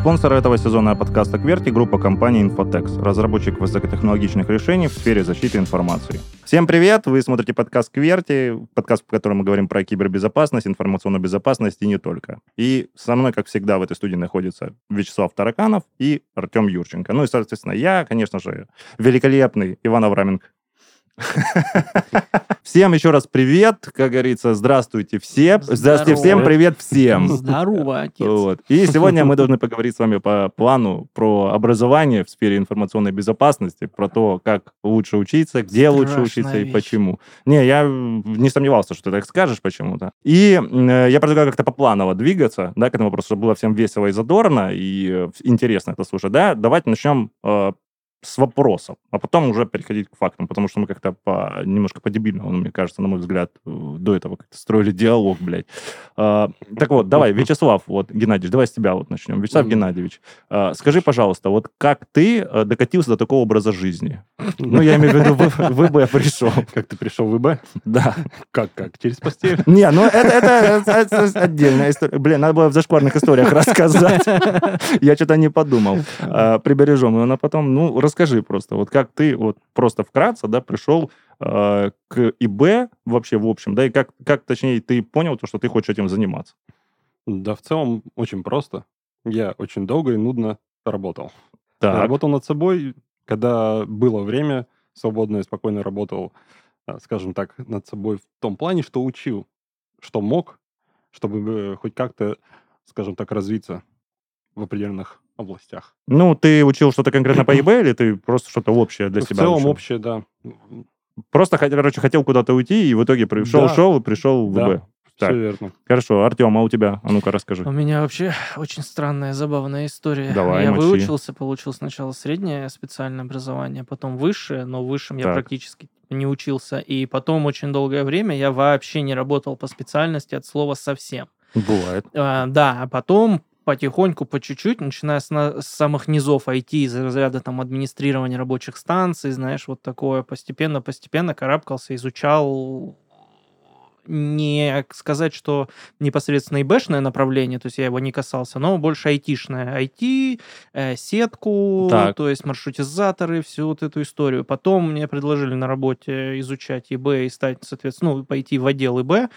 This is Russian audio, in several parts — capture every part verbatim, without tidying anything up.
Спонсор этого сезона подкаста QWERTY — группа компании Infotex, разработчик высокотехнологичных решений в сфере защиты информации. Всем привет! Вы смотрите подкаст QWERTY, подкаст, в котором мы говорим про кибербезопасность, информационную безопасность и не только. И со мной, как всегда, в этой студии находится Вячеслав Тараканов и Артем Юрченко. Ну и, соответственно, я, конечно же, великолепный Иван Авраменко. Всем еще раз привет, как говорится, здравствуйте все. Здравствуйте всем, привет всем. Здорово, отец. Вот. И сегодня мы должны поговорить с вами по плану про образование в сфере информационной безопасности, про то, как лучше учиться, где Страшная лучше учиться и вещь. почему. Не, я не сомневался, что ты так скажешь почему-то. И э, я предлагаю как-то попланово двигаться, да, к этому вопросу, чтобы было всем весело и задорно, и э, интересно это слушать, да. Давайте начнем э, с вопросов, а потом уже переходить к фактам, потому что мы как-то по, немножко по-дебильному, мне кажется, на мой взгляд, до этого как-то строили диалог, блядь. А, так вот, давай, Вячеслав, вот, Геннадьевич, давай с тебя вот начнем. Вячеслав mm-hmm. Геннадьевич, а, скажи, пожалуйста, вот как ты а, докатился до такого образа жизни? Ну, я имею в виду, в ИБ пришел. Как ты пришел в ИБ? Да. Как, как? Через постель? Не, ну это отдельная история. Блин, надо было в зашкварных историях рассказать. Я что-то не подумал. Прибережем его на потом. Ну, расскажи просто, вот как ты вот просто вкратце, да, пришел э, к ИБ вообще в общем, да, и как, как, точнее, ты понял то, что ты хочешь этим заниматься? Да, в целом очень просто. Я очень долго и нудно работал. Так. Я работал над собой, когда было время, свободно и спокойно работал, скажем так, над собой в том плане, что учил, что мог, чтобы хоть как-то, скажем так, развиться в определенных областях. Ну, ты учил что-то конкретно по ИБ, или ты просто что-то общее для в себя В целом учил? общее, да. Просто, короче, хотел куда-то уйти, и в итоге пришел, Да. шел и пришел в Да, ИБ. Так, все верно. хорошо. Артем, а у тебя? А ну-ка, расскажи. У меня вообще очень странная, забавная история. Давай, я мочи. выучился, получил сначала среднее специальное образование, потом высшее, но в высшем я Так. практически не учился. И потом очень долгое время я вообще не работал по специальности от слова совсем. Бывает. А, да, а потом потихоньку, по чуть-чуть, начиная с, на- с самых низов ай ти, из разряда там администрирования рабочих станций, знаешь, вот такое, постепенно-постепенно карабкался, изучал, не сказать, что непосредственно ИБшное направление, то есть я его не касался, но больше айтишное. ай ти, э, сетку, Так. то есть маршрутизаторы, всю вот эту историю. Потом мне предложили на работе изучать ИБ и стать, соответственно, ну, пойти в отдел ИБ.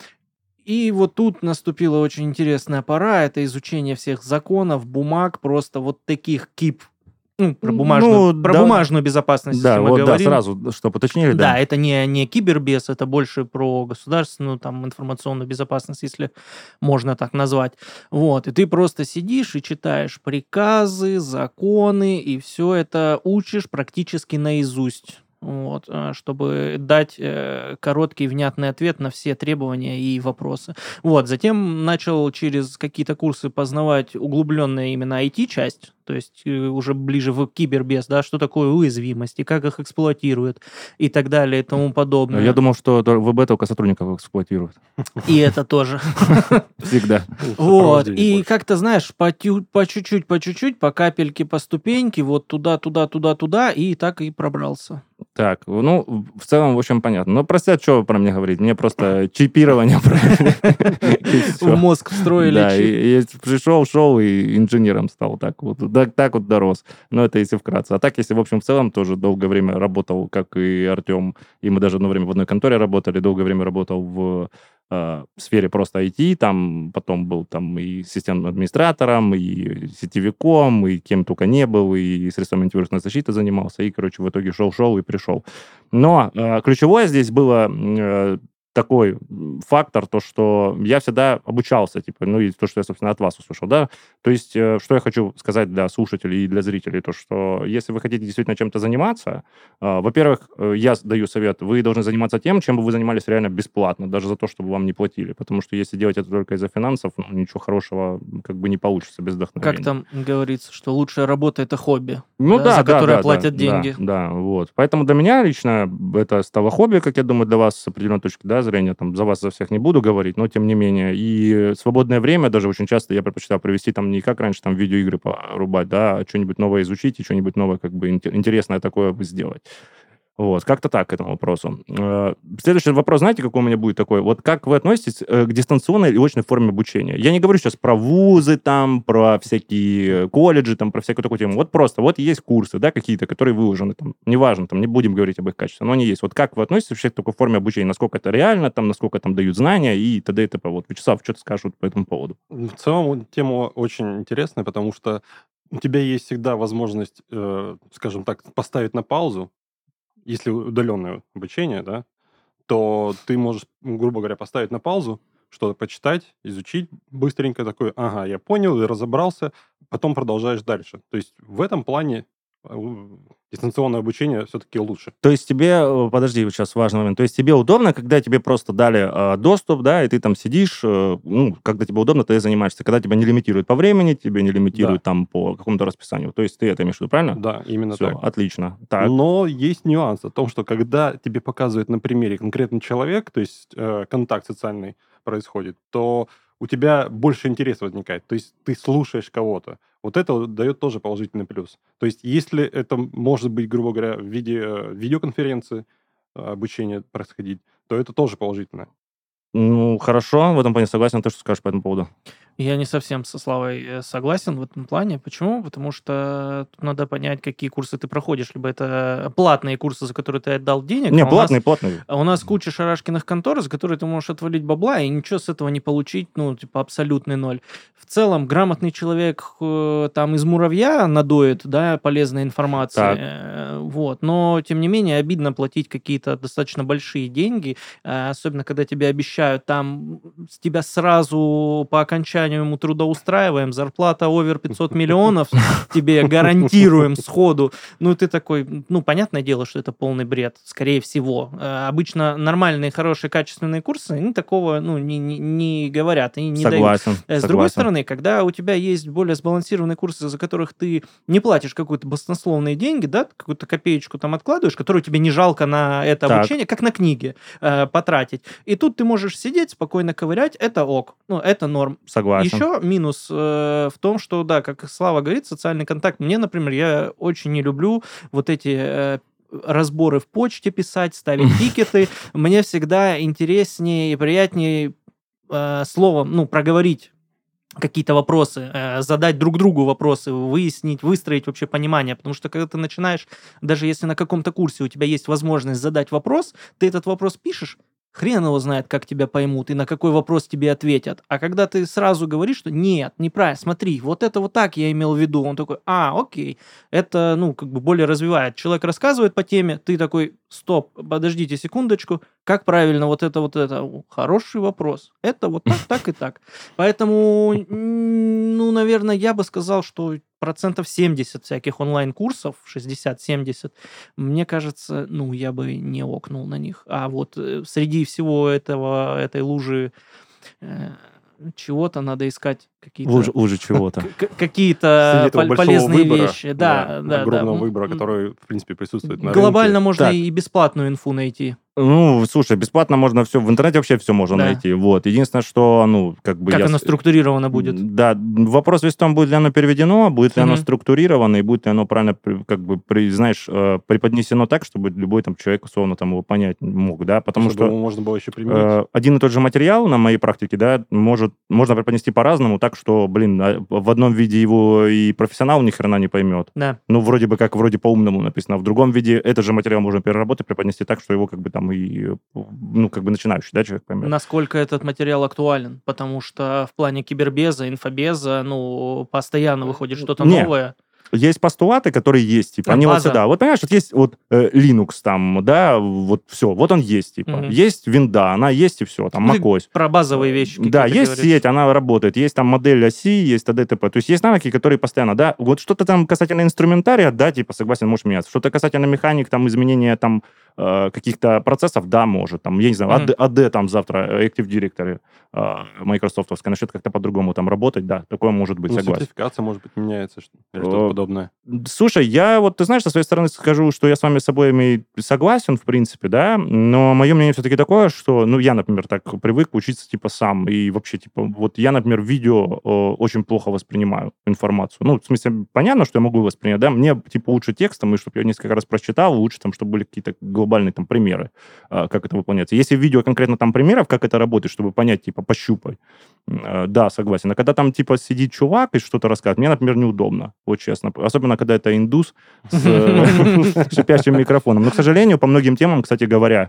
И вот тут наступила очень интересная пора. Это изучение всех законов, бумаг, просто вот таких кип. Ну, про бумажную, Ну, про да. бумажную безопасность, Да, если мы вот, да, говорим. сразу, что поточнее, Да, да? это не, не кибербез, это больше про государственную там, информационную безопасность, если можно так назвать. Вот, и ты просто сидишь и читаешь приказы, законы, и все это учишь практически наизусть. Вот, э, чтобы дать э, короткий внятный ответ на все требования и вопросы. Вот, затем начал через какие-то курсы познавать углубленную именно ай ти-часть, то есть э, уже ближе в кибербез, да, что такое уязвимости, как их эксплуатируют и так далее и тому подобное. Я думал, что в ИБ только сотрудников эксплуатируют. И это тоже. Всегда. Вот, Сопровождение и больше. как-то, знаешь, по, тю- по чуть-чуть, по чуть-чуть, по капельке, по ступеньке, вот туда, туда, туда, туда, и так и пробрался. Так, ну, в целом, в общем, понятно. Но простят, что про меня говорить. Мне просто чипирование проверили. И В всё. мозг встроили Да, чип. и, и пришел, шел и инженером стал. Так вот, да, так вот дорос. Но это если вкратце. А так, если, в общем, в целом, тоже долгое время работал, как и Артем, и мы даже одно время в одной конторе работали, долгое время работал в э, сфере просто ай ти, там потом был там и системным администратором, и сетевиком, и кем только не был, и средствами антивирусной защиты занимался, и, короче, в итоге шел-шел и пришел. Но э, ключевое здесь было э, такой фактор, то, что я всегда обучался, типа, ну, и то, что я, собственно, от вас услышал, да, то есть, э, что я хочу сказать для слушателей и для зрителей, то, что если вы хотите действительно чем-то заниматься, э, во-первых, э, я даю совет, вы должны заниматься тем, чем бы вы занимались реально бесплатно, даже за то, чтобы вам не платили, потому что если делать это только из-за финансов, ну, ничего хорошего как бы не получится без вдохновения. Как там говорится, что лучшая работа — это хобби, Ну да, да, за да, которое да, платят да, деньги. Да, да, вот. Поэтому для меня лично это стало хобби, как я думаю, для вас с определенной точки, да, зрения. Там за вас, за всех не буду говорить, но тем не менее. И свободное время даже очень часто я предпочитаю провести там не как раньше там видеоигры порубать, да, а что-нибудь новое изучить и что-нибудь новое как бы интер- интересное такое бы сделать. Вот, как-то так к этому вопросу. Э, Следующий вопрос, знаете, какой у меня будет такой? Вот как вы относитесь э, к дистанционной и очной форме обучения? Я не говорю сейчас про вузы, там, про всякие колледжи, там, про всякую такую тему. Вот просто, вот есть курсы, да, какие-то, которые выложены, там, неважно, там, не будем говорить об их качестве, но они есть. Вот как вы относитесь вообще к такой форме обучения? Насколько это реально, там, насколько там дают знания и т.д. и т.п. Вот, Вячеслав, что ты скажешь вот по этому поводу? В целом вот тема очень интересная, потому что у тебя есть всегда возможность, э, скажем так, поставить на паузу, если удаленное обучение, да, то ты можешь, м, грубо говоря, поставить на паузу, что-то почитать, изучить быстренько такой, ага, я понял, я разобрался, потом продолжаешь дальше. То есть в этом плане а, у- дистанционное обучение все-таки лучше. То есть тебе, э, подожди, вот сейчас важный момент, то есть тебе удобно, когда тебе просто дали э, доступ, да, и ты там сидишь, э, ну, когда тебе удобно, ты и занимаешься, когда тебя не лимитируют по времени, тебе не лимитируют Да, там по какому-то расписанию. То есть ты это имеешь в виду, правильно? да, именно Все, так. отлично. Так, Но есть нюанс о том, что когда тебе показывают на примере конкретный человек, то есть э, контакт социальный происходит, то у тебя больше интереса возникает. То есть ты слушаешь кого-то. Вот это вот дает тоже положительный плюс. То есть если это может быть, грубо говоря, в виде э, видеоконференции э, обучение происходить, то это тоже положительно. ну, хорошо, в этом плане согласен. Ты что скажешь по этому поводу? Я не совсем со Славой э, согласен в этом плане. Почему? Потому что тут надо понять, какие курсы ты проходишь. Либо это платные курсы, за которые ты отдал денег, Не, а у нас, платный, платный. а у нас куча шарашкиных контор, за которые ты можешь отвалить бабла, и ничего с этого не получить, ну, типа, абсолютный ноль. В целом, грамотный человек э, там из муравья надоет, да, полезной информации, Так, э, вот. Но, тем не менее, обидно платить какие-то достаточно большие деньги, э, особенно когда тебе обещают там с тебя сразу по окончанию ему трудоустраиваем, зарплата овер пятьсот миллионов, тебе гарантируем сходу. Ну, ты такой, ну, понятное дело, что это полный бред, скорее всего. Э, Обычно нормальные, хорошие, качественные курсы, они такого, ну, не, не, не говорят и не дают. согласен, Э, С другой согласен. стороны, когда у тебя есть более сбалансированные курсы, за которых ты не платишь какие-то баснословные деньги, да, какую-то копеечку там откладываешь, которую тебе не жалко на это Так, обучение, как на книги э, потратить. И тут ты можешь сидеть, спокойно ковырять, это ок, ну, это норм. согласен. Еще минус э, в том, что, да, как Слава говорит, социальный контакт. Мне, например, я очень не люблю вот эти э, разборы в почте писать, ставить тикеты. Мне всегда интереснее и приятнее э, словом, ну, проговорить какие-то вопросы, э, задать друг другу вопросы, выяснить, выстроить вообще понимание. Потому что когда ты начинаешь, даже если на каком-то курсе у тебя есть возможность задать вопрос, ты этот вопрос пишешь, хрен его знает, как тебя поймут и на какой вопрос тебе ответят. А когда ты сразу говоришь, что нет, неправильно, смотри, вот это вот так я имел в виду, он такой, а, окей, это, ну, как бы более развивает. Человек рассказывает по теме, ты такой, стоп, подождите секундочку, как правильно вот это, вот это? О, хороший вопрос. Это вот так, так и так. Поэтому, м, ну, наверное, я бы сказал, что процентов семьдесят всяких онлайн-курсов, шестьдесят-семьдесят, мне кажется, ну, я бы не окнул на них. А вот э, среди всего этого, этой лужи э, чего-то надо искать какие-то Лучше, лучше чего-то. к- к- Среди какие-то этого пол- большого полезные выбора, вещи. да, Да, да, да. огромного М, выбора, м, который, в принципе, присутствует на Глобально рынке. можно Так, и бесплатную инфу найти. ну, слушай, бесплатно можно все, в интернете вообще все можно Да. найти. Вот. Единственное, что, ну, как бы Как я... оно с- структурировано будет. М, Да, вопрос весь в том, будет ли оно переведено, будет ли оно Мгм. структурировано, и будет ли оно правильно, при- как бы, при- знаешь, э, преподнесено так, чтобы любой там человек, условно, там его понять мог, да, потому Чтобы его что можно было еще применить. э, один и тот же материал на моей практике, да, может, можно преподнести по-разному, так что, блин, а в одном виде его и профессионал ни хрена не поймет. Да. Ну, вроде бы как, вроде по-умному написано. В другом виде этот же материал можно переработать, преподнести так, что его как бы там и, ну, как бы начинающий, да, человек поймет. Насколько этот материал актуален, потому что в плане кибербеза, инфобеза, ну, постоянно выходит что-то Не, новое. есть постулаты, которые есть, типа, А, они вот база. всегда. Вот понимаешь, вот есть вот э, Linux там, да, вот все, вот он есть, типа. Мгм. Есть винда, она есть и все, там Ну, ты macOS. про базовые вещи Да, какие-то есть говоришь. сеть, она работает, есть там модель оси, есть т.д. и т.п. То есть есть навыки, которые постоянно, да, вот что-то там касательно инструментария, да, типа, согласен, может меняться. Что-то касательно механик, там, изменения там э, каких-то процессов, да, может. Там, я не знаю, Мгм. эй ди там завтра, Active Directory э, майкрософтовская, начнет как-то по-другому там работать, да, такое может быть, Ну, согласен. сертификация, может быть, меняется что- или Э, что-то подобное. Слушай, я вот, ты знаешь, со своей стороны скажу, что я с вами с обоими согласен, в принципе, да, но мое мнение все-таки такое, что, ну, я, например, так привык учиться, типа, сам, и вообще, типа, вот я, например, видео э, очень плохо воспринимаю информацию. Ну, в смысле, понятно, что я могу воспринять, да, мне, типа, лучше текстом, и чтобы я несколько раз прочитал, лучше там, чтобы были какие-то глобальные там примеры, э, как это выполняется. Если видео конкретно там примеров, как это работает, чтобы понять, типа, пощупай, э, да, согласен. А когда там, типа, сидит чувак и что-то рассказывает, мне, например, неудобно, вот честно. Особенно, когда это индус с э, шипящим микрофоном. Но, к сожалению, по многим темам, кстати говоря,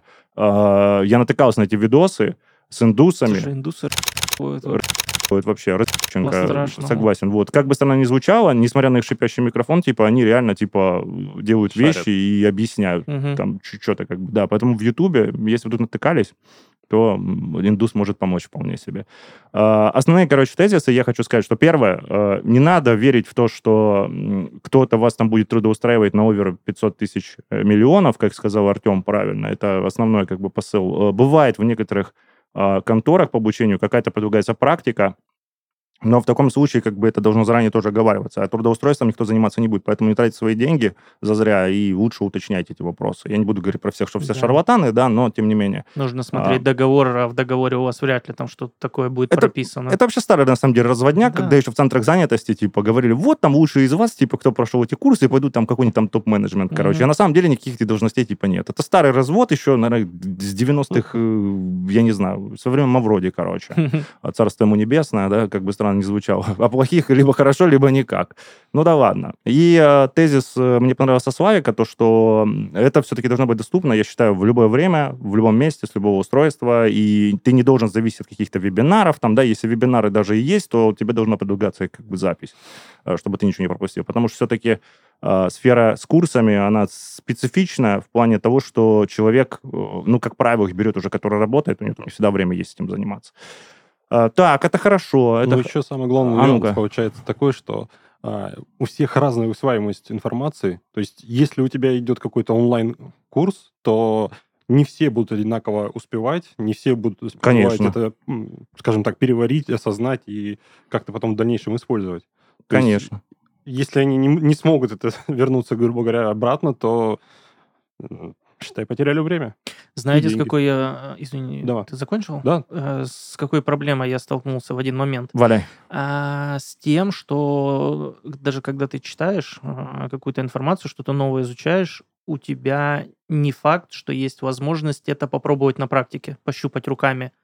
э, я натыкался на эти видосы с индусами. Слушай, индусы р***ют вот. Это вообще Ростченко, По-страшному. согласен. Вот. Как бы странно ни звучало, несмотря на их шипящий микрафон, типа, они реально, типа, делают Шарят. вещи и объясняют Мгм. там что-то как бы. Да, поэтому в Ютубе, если вы тут натыкались, то м, индус может помочь вполне себе. А, Основные, короче, тезисы я хочу сказать, что первое, э, не надо верить в то, что м, кто-то вас там будет трудоустраивать на овер пятьсот тысяч э, миллионов, как сказал Артем правильно. Это основной как бы посыл. Э, Бывает в некоторых а, конторах по обучению какая-то предлагается практика, но в таком случае как бы это должно заранее тоже оговариваться. А трудоустройством никто заниматься не будет. Поэтому не тратите свои деньги зазря и лучше уточняйте эти вопросы. Я не буду говорить про всех, что все Да. шарлатаны, да, но тем не менее. Нужно смотреть договор, а в договоре у вас вряд ли там что-то такое будет Это- прописано. Это вообще старый, на самом деле, разводняк, Да. когда еще в центрах занятости, типа, говорили, вот там лучшие из вас, типа, кто прошел эти курсы, пойдут там какой-нибудь там топ-менеджмент, короче. Мгм. А на самом деле никаких этих должностей, типа, нет. Это старый развод еще, наверное, с девяностых, э, я не знаю, со времен Мавроди, короче. А Царство ему небесное, да, как бы странно не звучало. А плохих либо хорошо, либо никак. Ну да ладно. И э, тезис э, мне понравился Славика, то, что м, это все-таки должно быть доступно, я считаю, в любое время, в любом месте, с любого устройства, и ты не должен зависеть от каких-то вебинаров, там, да, если вебинары даже и есть, то тебе должна предлагаться как бы запись, э, чтобы ты ничего не пропустил. Потому что все-таки э, сфера с курсами, она специфичная в плане того, что человек, э, ну, как правило, их берет уже, который работает, у него там не всегда время есть этим заниматься. А, так, это хорошо. Это... Ну, х- еще самый главный А нюанс ну-ка. получается такой, что а, у всех разная усваиваемость информации. То есть, если у тебя идет какой-то онлайн-курс, то не все будут одинаково успевать, не все будут успевать Конечно. это, м, скажем так, переварить, осознать и как-то потом в дальнейшем использовать. То есть, Конечно. если они не, не смогут это вернуться, грубо говоря, обратно, то, м, считай, потеряли время. Знаете, с деньги. какой я... э, Извини, Да. ты закончил? Да. Э, С какой проблемой я столкнулся в один момент? Валяй. А, с тем, что даже когда ты читаешь а, какую-то информацию, что-то новое изучаешь, у тебя не факт, что есть возможность это попробовать на практике, пощупать руками.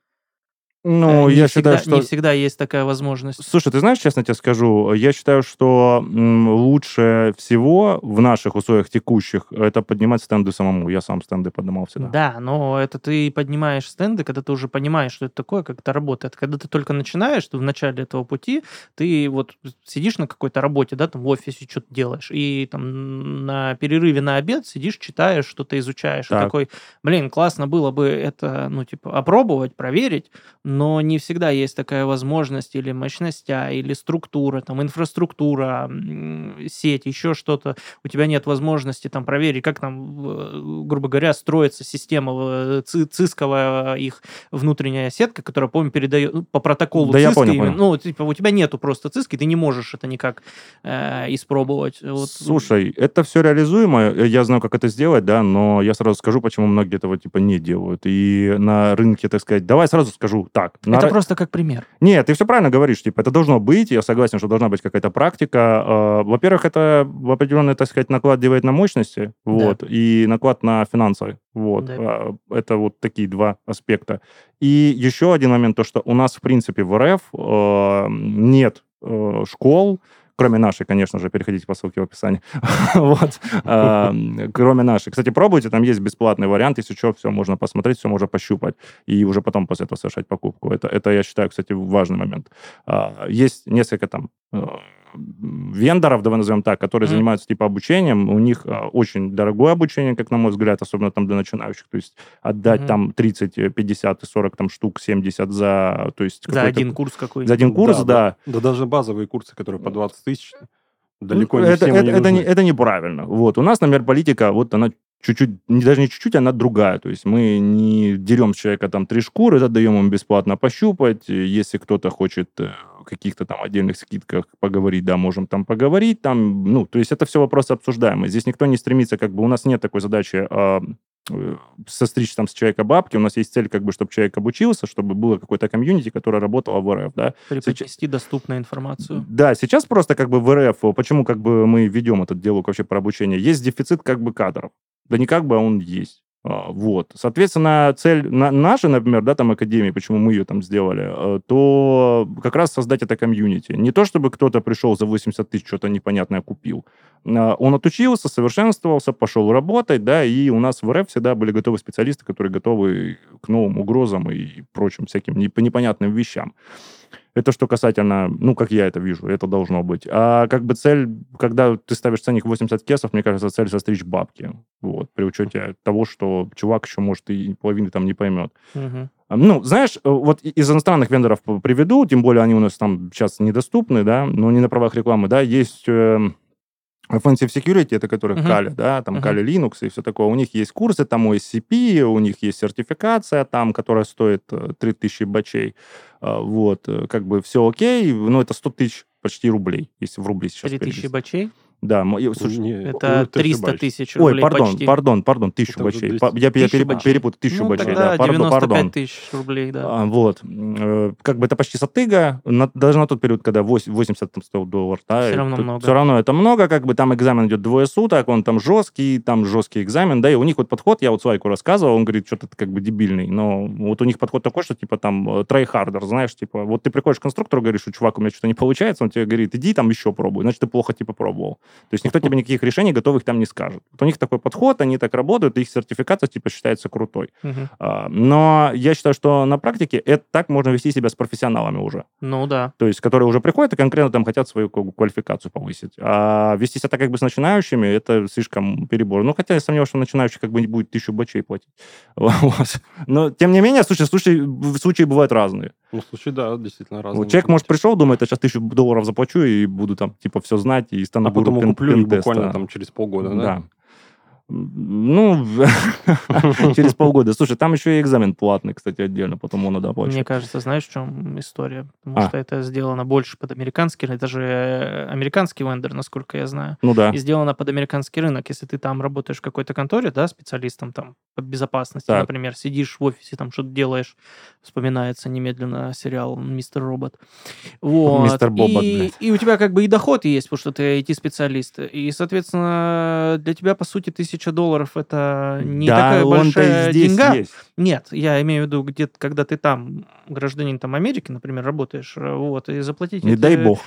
Ну, Э, не я всегда, считаю, что... не всегда есть такая возможность. Слушай, ты знаешь, честно тебе скажу, я считаю, что м, лучше всего в наших условиях текущих это поднимать стенды самому. Я сам стенды поднимал всегда. Да, но это ты поднимаешь стенды, когда ты уже понимаешь, что это такое, как это работает. Когда ты только начинаешь, ты в начале этого пути, ты вот сидишь на какой-то работе, да, там в офисе что-то делаешь, и там на перерыве на обед сидишь, читаешь, что-то изучаешь, Так. и такой, блин, классно было бы это, ну, типа, опробовать, проверить, но не всегда есть такая возможность или мощностя, или структура, там, инфраструктура, м, сеть, еще что-то. У тебя нет возможности там проверить, как там, в- грубо говоря, строится система э, ци- цисковая, их внутренняя сетка, которая, по-моему, передает ну, по протоколу Да, я циска понял, именно. понял. Ну, типа, у тебя нету просто циски, ты не можешь это никак э, испробовать. Вот, Слушай, это все реализуемо, э, я знаю, как это сделать, да, но я сразу скажу, почему многие этого типа не делают. И на рынке, так сказать, давай сразу скажу так. на это ры- просто как пример. Нет, ты все правильно говоришь, типа, это должно быть, я согласен, что должна быть какая-то практика. Э, Во-первых, это в определенный, так сказать, наклад делает на мощности, вот, и наклад на финансы, вот. Да. Э, Это вот такие два аспекта. И еще один момент, то, что у нас, в принципе, в РФ э, нет э, школ, кроме нашей, конечно же, переходите по ссылке в описании. Вот. А, Кроме нашей. Кстати, пробуйте, там есть бесплатный вариант, если что, все можно посмотреть, все можно пощупать, и уже потом после этого совершать покупку. Это, это я считаю, кстати, важный момент. А, Есть несколько там э, вендоров, давай назовем так, которые Мгм. занимаются типа обучением. У них а, очень дорогое обучение, как на мой взгляд, особенно там для начинающих. То есть отдать Мгм. там тридцать, пятьдесят и сорок там штук, семьдесят за... То есть За какой-то- один курс какой-нибудь. За один курс, да. Да даже базовые курсы, которые по двадцать тысяч, далеко не это, всем это, они это, не, нужны. это неправильно. Вот. У нас, например, политика, вот она чуть-чуть, не, даже не чуть-чуть, она другая. То есть мы не дерем с человека там три шкуры, да, даем ему бесплатно пощупать. Если кто-то хочет э, каких-то там отдельных скидках поговорить, да, можем там поговорить. Там, ну, то есть это все вопросы обсуждаемые. Здесь никто не стремится, как бы у нас нет такой задачи а, э, состричь там с человека бабки. У нас есть цель, как бы, чтобы человек обучился, чтобы было какое-то комьюнити, которое работало в РФ, да. Преподнести доступную информацию. Да, сейчас просто как бы в РФ, почему как бы мы ведем этот диалог вообще про обучение, есть дефицит как бы кадров. Да не как бы, а он есть. А, Вот. Соответственно, цель на, наша, например, да, там, Академии, почему мы ее там сделали, э, то как раз создать это комьюнити. Не то, чтобы кто-то пришел за восемьдесят тысяч, что-то непонятное купил. А, Он отучился, совершенствовался, пошел работать, да, и у нас в РФ всегда были готовы специалисты, которые готовы к новым угрозам и прочим всяким неп- непонятным вещам. Это что касательно, ну, как я это вижу, это должно быть. А как бы цель, когда ты ставишь ценник восемьдесят кесов, мне кажется, цель состричь бабки. Вот, при учете того, что чувак еще, может, и половины там не поймет. Мгм. А, Ну, знаешь, э, вот и- из иностранных вендоров п- приведу, тем более они у нас там сейчас недоступны, да, но не на правах рекламы, да, есть эм, Offensive Security, это которых Мгм. Kali, да, там Мгм. Kali Linux и все такое. У них есть курсы, там о эс си пи, у них есть сертификация там, которая стоит э, три тысячи бачей. А, Вот, э, как бы все окей, но это сто тысяч почти рублей, если в рубли сейчас Три тысячи перевести. бачей? Да, мо- и, слушай, Не, Это ну, ты триста ошибаешься. тысяч ой, рублей пардон, почти. пардон, пардон, тысячу Это уже бачей. двести. Па- Я, я Тысячу переп- бачей. перепутал, тысячу Ну, бачей, тогда да, пардон, девяносто пардон. пять тысяч рублей, да. А, вот. Э, Как бы это почти сатыга, на- даже на тот период, когда вось- восемьдесят там стоил доллар, да, Всё равно это- много. все равно это много, как бы там экзамен идет двое суток, он там жесткий, там жесткий экзамен, да, и у них вот подход, я вот Слайку рассказывал, он говорит, что-то как бы дебильный, но вот у них подход такой, что типа там э, try harder, знаешь, типа, вот ты приходишь к конструктору, говоришь, что, чувак, у меня что-то не получается, он тебе говорит, иди там еще пробуй, значит, ты плохо типа пробовал. То есть никто тебе никаких решений готовых там не скажет. Вот у них такой подход, они так работают, их сертификация типа считается крутой. Мгм. А, Но я считаю, что на практике это так можно вести себя с профессионалами уже. Ну да. То есть, которые уже приходят и конкретно там хотят свою как бы, квалификацию повысить. А вести себя так как бы с начинающими, это слишком перебор. Ну, хотя я сомневаюсь, что начинающий как бы не будет тысячу бачей платить. Вот. Но, тем не менее, слушай, случаи, случаи бывают разные. Ну, слушай, да, действительно разные. Вот человек, может, пришел, думает, я сейчас тысячу долларов заплачу и буду там, типа, все знать, и стану А потом гуру пен- куплю их пентеста. буквально там через полгода, да? Да. Ну, через полгода. Слушай, там еще и экзамен платный, кстати, отдельно, потом он надо Мне оплачивать. кажется, знаешь, в чем история? Потому А. что это сделано больше под американский рынок. Это же э, американский вендор, насколько я знаю. Ну да. И сделано под американский рынок. Если ты там работаешь в какой-то конторе, да, специалистом там по безопасности, Так. например, сидишь в офисе, там что-то делаешь, вспоминается немедленно сериал «Мистер Робот». Вот. Мистер Бобот, и, блядь. и у тебя как бы и доход есть, потому что ты ай ти-специалист. И, соответственно, для тебя, по сути, тысяча долларов — это не Да, такая он-то и большая здесь деньга. есть. Нет, я имею в виду, где когда ты там, гражданин там Америки, например, работаешь, э, вот, и заплатить... Не эти дай бог.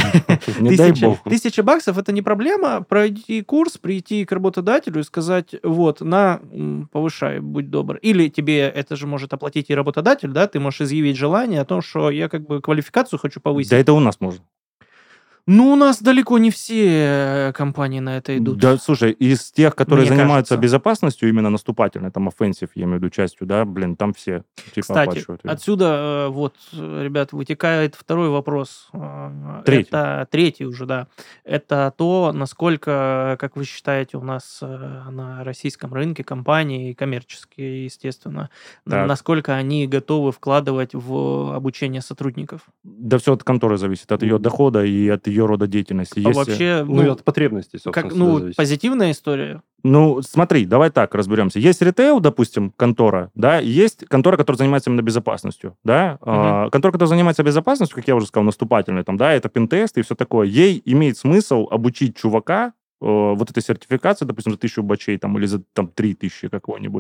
Не дай Тысяча, бог. тысяча баксов — это не проблема. Пройти курс, прийти к работодателю и сказать, вот, на, м, повышай, будь добр. Или тебе это же может оплатить и работодатель, да, ты можешь изъявить желание о том, что я как бы квалификацию хочу повысить. Да это у нас можно. Ну, у нас далеко не все э, компании на это идут. Да, слушай, из тех, которые Мне занимаются кажется. безопасностью, именно наступательной, там, offensive, я имею в виду, частью, да, блин, там все типа Кстати, оплачивают. её. отсюда, э, вот, э, ребят, вытекает второй вопрос. Э, Третий. Это третий уже, да. Это то, насколько, как вы считаете, у нас э, на российском рынке компании, коммерческие, естественно, Так. насколько они готовы вкладывать в обучение сотрудников? Да все от конторы зависит, от ее Мгм. дохода и от ее рода деятельности. А Если- вообще, Ну, и ну, от потребностей, собственно, как, всегда ну, зависит. позитивная история? Ну, смотри, давай так разберемся. Есть ритейл, допустим, контора, да, и есть контора, которая занимается именно безопасностью, да. А, контора, которая занимается безопасностью, как я уже сказал, наступательной, там, да, это пентест и все такое. Ей имеет смысл обучить чувака э, вот этой сертификации, допустим, за тысячу бачей там, или за там, три тысячи какого-нибудь,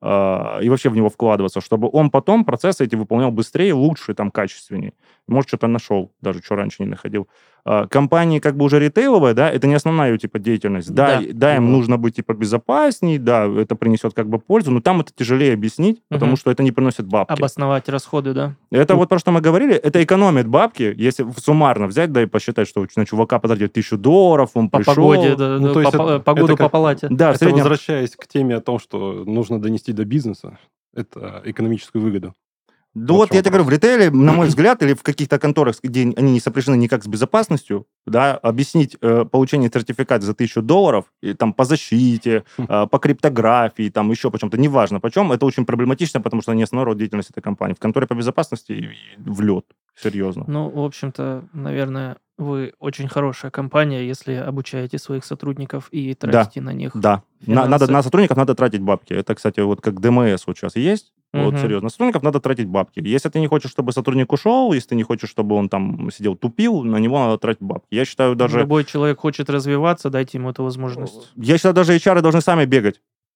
а, и вообще в него вкладываться, чтобы он потом процессы эти выполнял быстрее, лучше, там, качественнее. Может, что-то нашел, даже что раньше не находил. А, компании как бы уже ритейловые, да, это не основная ее, типа, деятельность. Да, Да. и- да, им Мгм. нужно быть, типа, безопасней, да, это принесет как бы пользу, но там это тяжелее объяснить, потому Мгм. что это не приносит бабки. Обосновать расходы, да? Это вот про что мы говорили, это экономит бабки, если в- суммарно взять, да, и посчитать, что на чувака потратили тысячу долларов, он По пришел. погоде, да, Ну, да, то есть по, это- погоду это по как- палате. Да, в Это среднем. возвращаясь к теме о том, что нужно донести до бизнеса, это экономическую выгоду. Да Вот вот, в чём я тебе говорю, в вопрос. ритейле, на мой взгляд, или в каких-то конторах, где они не сопряжены никак с безопасностью, да, объяснить э, получение сертификата за тысячу долларов, и, там, по защите, э, по криптографии, там, еще почему-то, неважно почем, это очень проблематично, потому что не основной род деятельности этой компании. В конторе по безопасности и- и в лед, серьезно. Ну, в общем-то, наверное, вы очень хорошая компания, если обучаете своих сотрудников и Да, тратите на них да. На, надо, финансы. на сотрудников надо тратить бабки. Это, кстати, вот как ДМС вот сейчас есть. Вот, Мгм. серьезно. На сотрудников надо тратить бабки. Если ты не хочешь, чтобы сотрудник ушел, если ты не хочешь, чтобы он там сидел, тупил, на него надо тратить бабки. Я считаю, даже... Любой человек хочет развиваться, дайте ему эту возможность. Я считаю, даже эйч ар должны сами бегать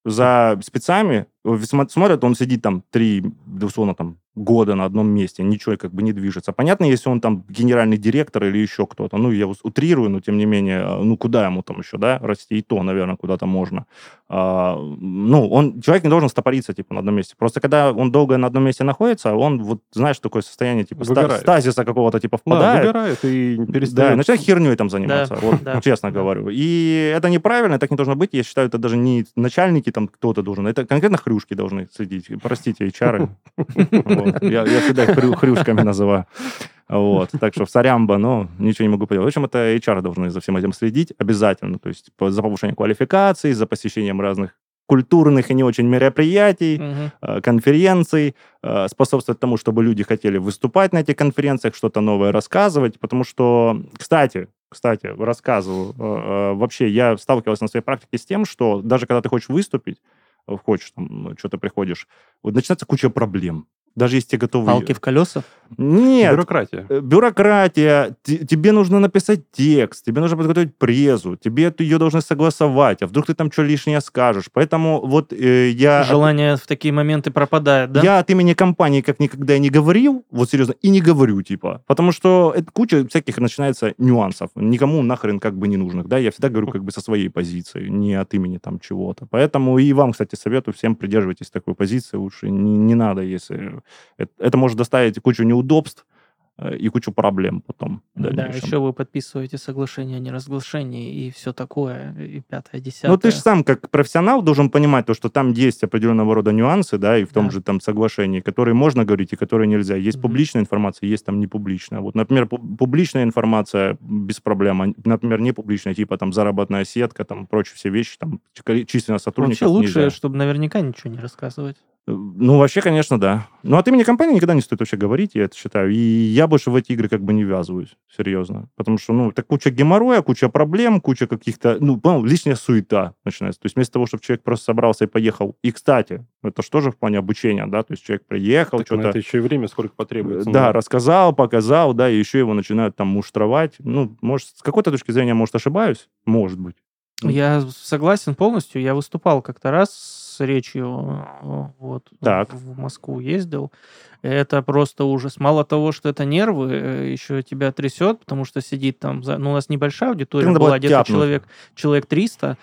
за спецами. Смо- Смотрят, он сидит там три, да, условно, там, года на одном месте, ничего как бы не движется. Понятно, если он там генеральный директор или еще кто-то, ну, я ус- утрирую, но тем не менее, а, ну, куда ему там еще, да, расти, и то, наверное, куда-то можно. А, ну, он, человек не должен стопориться, типа, на одном месте. Просто когда он долго на одном месте находится, он, вот, знаешь, такое состояние, типа, ста- Выгорает. стазиса какого-то, типа, Да, впадает. выгорает и Да, и перестает... начинает херней там заниматься, Да, вот, да, честно да. говорю. И это неправильно, так не должно быть. Я считаю, это даже не начальники там кто-то должен, это конкретно хрюшки должны следить. Простите, эйч ар. Вот. Я, я всегда их хрю- хрюшками называю. Вот. Так что в сорямба, но ничего не могу поделать. В общем, это эйч ар должны за всем этим следить обязательно. То есть по- за повышением квалификации, за посещением разных культурных и не очень мероприятий, Мгм. э, конференций, э, способствовать тому, чтобы люди хотели выступать на этих конференциях, что-то новое рассказывать, потому что, кстати, кстати, рассказываю, э, э, вообще я сталкивался на своей практике с тем, что даже когда ты хочешь выступить, э, хочешь, там, что-то приходишь, вот начинается куча проблем. Даже если те готовы... Палки в колеса? Нет, Бюрократия. э, бюрократия, те- тебе нужно написать текст, тебе нужно подготовить презу, тебе ее должны согласовать, а вдруг ты там что лишнее скажешь. Поэтому вот э, я... от- Желание в такие моменты пропадает, да? Я от имени компании как никогда и не говорил, вот серьезно, и не говорю, типа, потому что это куча всяких начинается нюансов, никому нахрен как бы не нужных, да, я всегда говорю как бы со своей позиции, не от имени там чего-то. Поэтому и вам, кстати, советую, всем придерживайтесь такой позиции, лучше не, не надо, если... Это, это может доставить кучу неудобств э, и кучу проблем потом в Да, дальнейшем. еще вы подписываете соглашение о неразглашении и все такое, и пятое, десятое. Ну, ты же сам, как профессионал, должен понимать то, что там есть определенного рода нюансы, да, и в том Да. же там соглашении, которые можно говорить и которые нельзя. Есть Мгм. публичная информация, есть там непубличная. Вот, например, пу- публичная информация без проблем, а, например, непубличная, типа там заработная сетка, там прочие все вещи, там чи- численность сотрудников Вообще лучше, нельзя. чтобы наверняка ничего не рассказывать. Э, Ну, вообще, конечно, да. Но от имени компании никогда не стоит вообще говорить, я это считаю. И я больше в эти игры как бы не ввязываюсь, серьезно. Потому что, ну, это куча геморроя, куча проблем, куча каких-то, ну, понял, лишняя суета начинается. То есть вместо того, чтобы человек просто собрался и поехал. И, кстати, это же тоже в плане обучения, да, то есть человек приехал, Так на что-то... это еще и время сколько потребуется. Да, ну. рассказал, показал, да, и еще его начинают там муштровать. Ну, может, с какой-то точки зрения, может, ошибаюсь? Может быть. М. Я согласен полностью. Я выступал как-то раз с речью, э, вот, Так. в Москву ездил. Это просто ужас. Мало того, что это нервы, э, еще тебя трясет, потому что сидит там... за- Ну, у нас небольшая аудитория надо была, было где-то тяпнуть. человек, человек триста.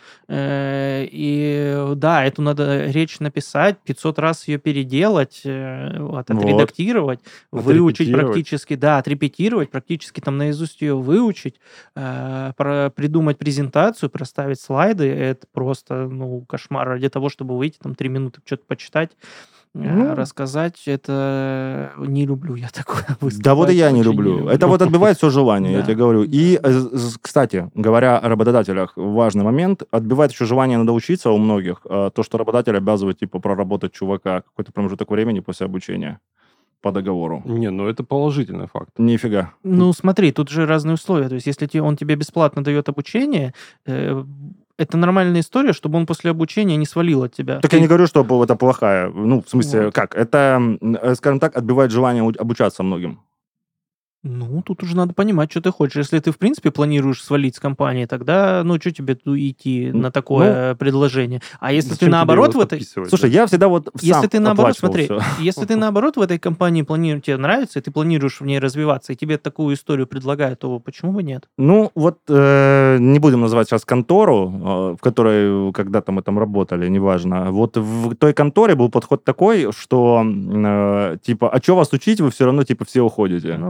э, И да, эту надо речь написать, пятьсот раз ее переделать, э, вот, Вот. отредактировать, выучить Отрепетировать. практически, да, отрепетировать, практически там наизусть ее выучить, э, про- придумать презентацию, проставить слайды. Это просто, ну, кошмар. Ради того, чтобы выйти, там, три минуты что-то почитать, э, Ну. рассказать, это не люблю я такое Да вот и выступать, я не очень люблю. Это вот отбивает все желание, я Да, тебе говорю. И, да. э, з- кстати, говоря о работодателях, важный момент, отбивает еще желание надо учиться у многих, э, то, что работодатель обязывает, типа, проработать чувака какой-то промежуток времени после обучения по договору. Не, ну это положительный факт. Нифига. Ну, смотри, тут же разные условия. То есть, если те- он тебе бесплатно дает обучение, э, это нормальная история, чтобы он после обучения не свалил от тебя. Так Ты- я не говорю, что это плохая. Ну, в смысле, Вот. как? Это, м, э, скажем так, отбивает желание у- обучаться многим. Ну, тут уже надо понимать, что ты хочешь. Если ты, в принципе, планируешь свалить с компании, тогда, ну, что тебе ту- идти Н- на такое предложение? А если Зачем ты тебе наоборот его в этой... подписывать, Слушай, да? я всегда вот сам Если ты наоборот, оплачивал смотри, всё. если ты наоборот в этой компании планируешь, тебе нравится, и ты планируешь в ней развиваться, и тебе такую историю предлагают, то почему бы нет? Ну, вот э, не будем называть сейчас контору, э, в которой когда-то мы там работали, неважно. Вот в той конторе был подход такой, что, э, типа, а что вас учить, вы все равно, типа, все уходите. Ну да.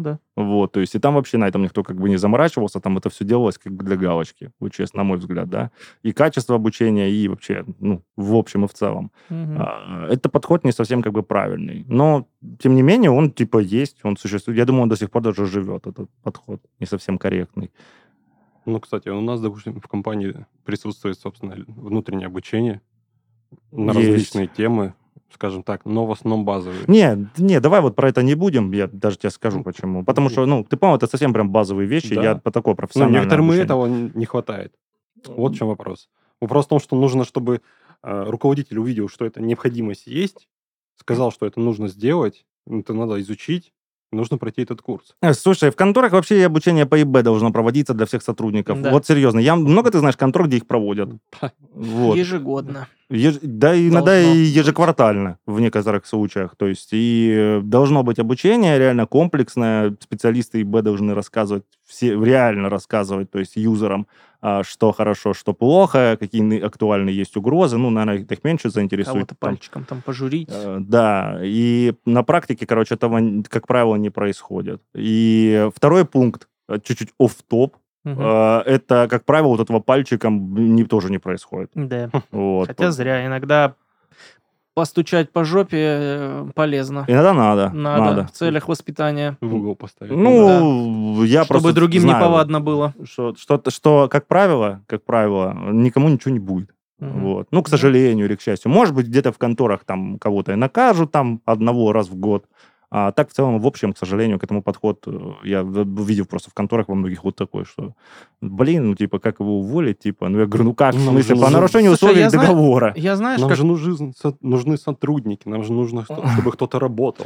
Вот, то есть и там вообще на этом никто как бы не заморачивался, там это все делалось как бы для галочки, вот честно, на мой взгляд, да. И качество обучения, и вообще, ну, в общем и в целом. Мгм. А, Это подход не совсем как бы правильный. Но, тем не менее, он типа есть, он существует. Я думаю, он до сих пор даже живет, этот подход, не совсем корректный. Ну, кстати, у нас, допустим, в компании присутствует, собственно, внутреннее обучение на Есть. различные темы, скажем так, но в основном базовые. Не, не, давай вот про это не будем, я даже тебе скажу почему. Потому что, ну, ты понял, это совсем прям базовые вещи, Да. я по такой Ну, профессиональной некоторым и обучению. этого н- не хватает. Вот в чем вопрос. Вопрос в том, что нужно, чтобы э, руководитель увидел, что эта необходимость есть, сказал, что это нужно сделать, это надо изучить, нужно пройти этот курс. Э, Слушай, в конторах вообще и обучение по ИБ должно проводиться для всех сотрудников. Да. Вот серьезно, я много ты знаешь контор, где их проводят? Да. Вот. Ежегодно. Еж- Да, и иногда Должно и быть. ежеквартально в некоторых случаях. То есть и э, должно быть обучение реально комплексное. Специалисты ИБ должны рассказывать, все реально рассказывать, то есть юзерам, а, что хорошо, что плохо, какие ны- актуальные есть угрозы. Ну, наверное, их меньше заинтересует. Кого-то Там, пальчиком там пожурить. э, Да, и на практике, короче, этого, н- как правило, не происходит. И второй пункт, э, чуть-чуть офф-топ, Мгм. э, это, как правило, вот этого пальчиком не, тоже не происходит. Да. Вот. Хотя зря. Иногда постучать по жопе э, полезно. Иногда надо. Надо, Надо. в целях воспитания. В угол поставить. Ну, я Чтобы просто другим знаю, неповадно было. Что, что, что, как правило, как правило, никому ничего не будет. Мгм. Вот. Ну, к Да. сожалению или к счастью. Может быть, где-то в конторах там кого-то и накажут там одного раз в год. А так, в целом, в общем, к сожалению, к этому подход э, я в- видел просто в конторах во многих вот такой, что, блин, ну, типа, как его уволить, типа, ну, я говорю, ну, как, в Ну, смысле, ну, по ну, нарушению слушай, условий я знаю- договора. Я знаешь, Нам как... же нужны, со- нужны сотрудники, нам же нужно, что- чтобы кто-то работал.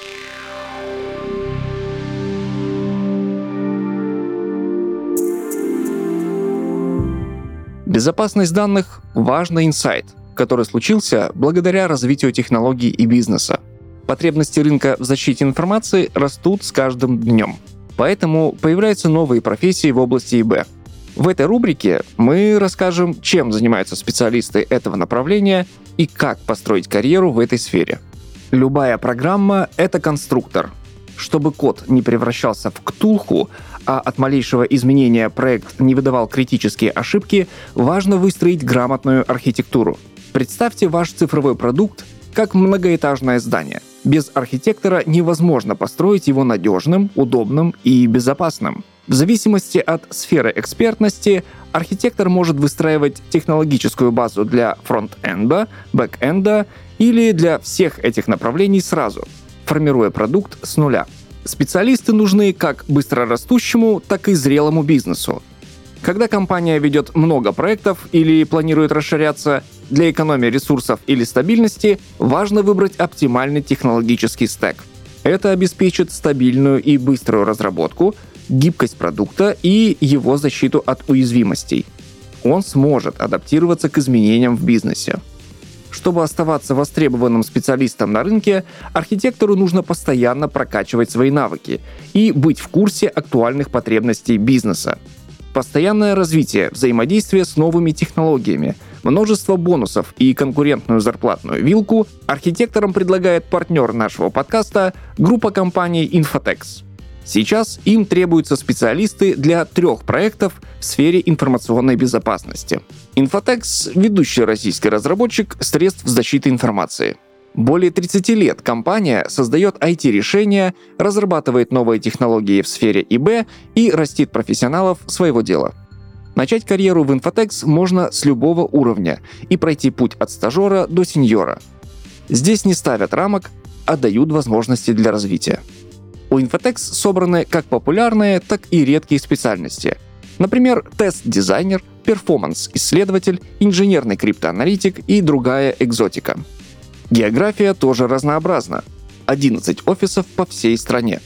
Безопасность данных – важный инсайт, который случился благодаря развитию технологий и бизнеса. Потребности рынка в защите информации растут с каждым днем. Поэтому появляются новые профессии в области ИБ. В этой рубрике мы расскажем, чем занимаются специалисты этого направления и как построить карьеру в этой сфере. Любая программа — это конструктор. Чтобы код не превращался в ктулху, а от малейшего изменения проект не выдавал критические ошибки, важно выстроить грамотную архитектуру. Представьте ваш цифровой продукт как многоэтажное здание. Без архитектора невозможно построить его надежным, удобным и безопасным. В зависимости от сферы экспертности, архитектор может выстраивать технологическую базу для фронт-энда, бэк-энда или для всех этих направлений сразу, формируя продукт с нуля. Специалисты нужны как быстрорастущему, так и зрелому бизнесу. Когда компания ведет много проектов или планирует расширяться, для экономии ресурсов или стабильности важно выбрать оптимальный технологический стэк. Это обеспечит стабильную и быструю разработку, гибкость продукта и его защиту от уязвимостей. Он сможет адаптироваться к изменениям в бизнесе. Чтобы оставаться востребованным специалистом на рынке, архитектору нужно постоянно прокачивать свои навыки и быть в курсе актуальных потребностей бизнеса. Постоянное развитие, взаимодействие с новыми технологиями, множество бонусов и конкурентную зарплатную вилку архитекторам предлагает партнер нашего подкаста — группа компаний Infotex. Сейчас им требуются специалисты для трех проектов в сфере информационной безопасности. Infotex — ведущий российский разработчик средств защиты информации. Более тридцати лет компания создает ай ти-решения, разрабатывает новые технологии в сфере ИБ и растит профессионалов своего дела. Начать карьеру в Infotex можно с любого уровня и пройти путь от стажера до сеньора. Здесь не ставят рамок, а дают возможности для развития. У Infotex собраны как популярные, так и редкие специальности. Например, тест-дизайнер, перформанс-исследователь, инженерный криптоаналитик и другая экзотика. География тоже разнообразна. одиннадцать офисов по всей стране.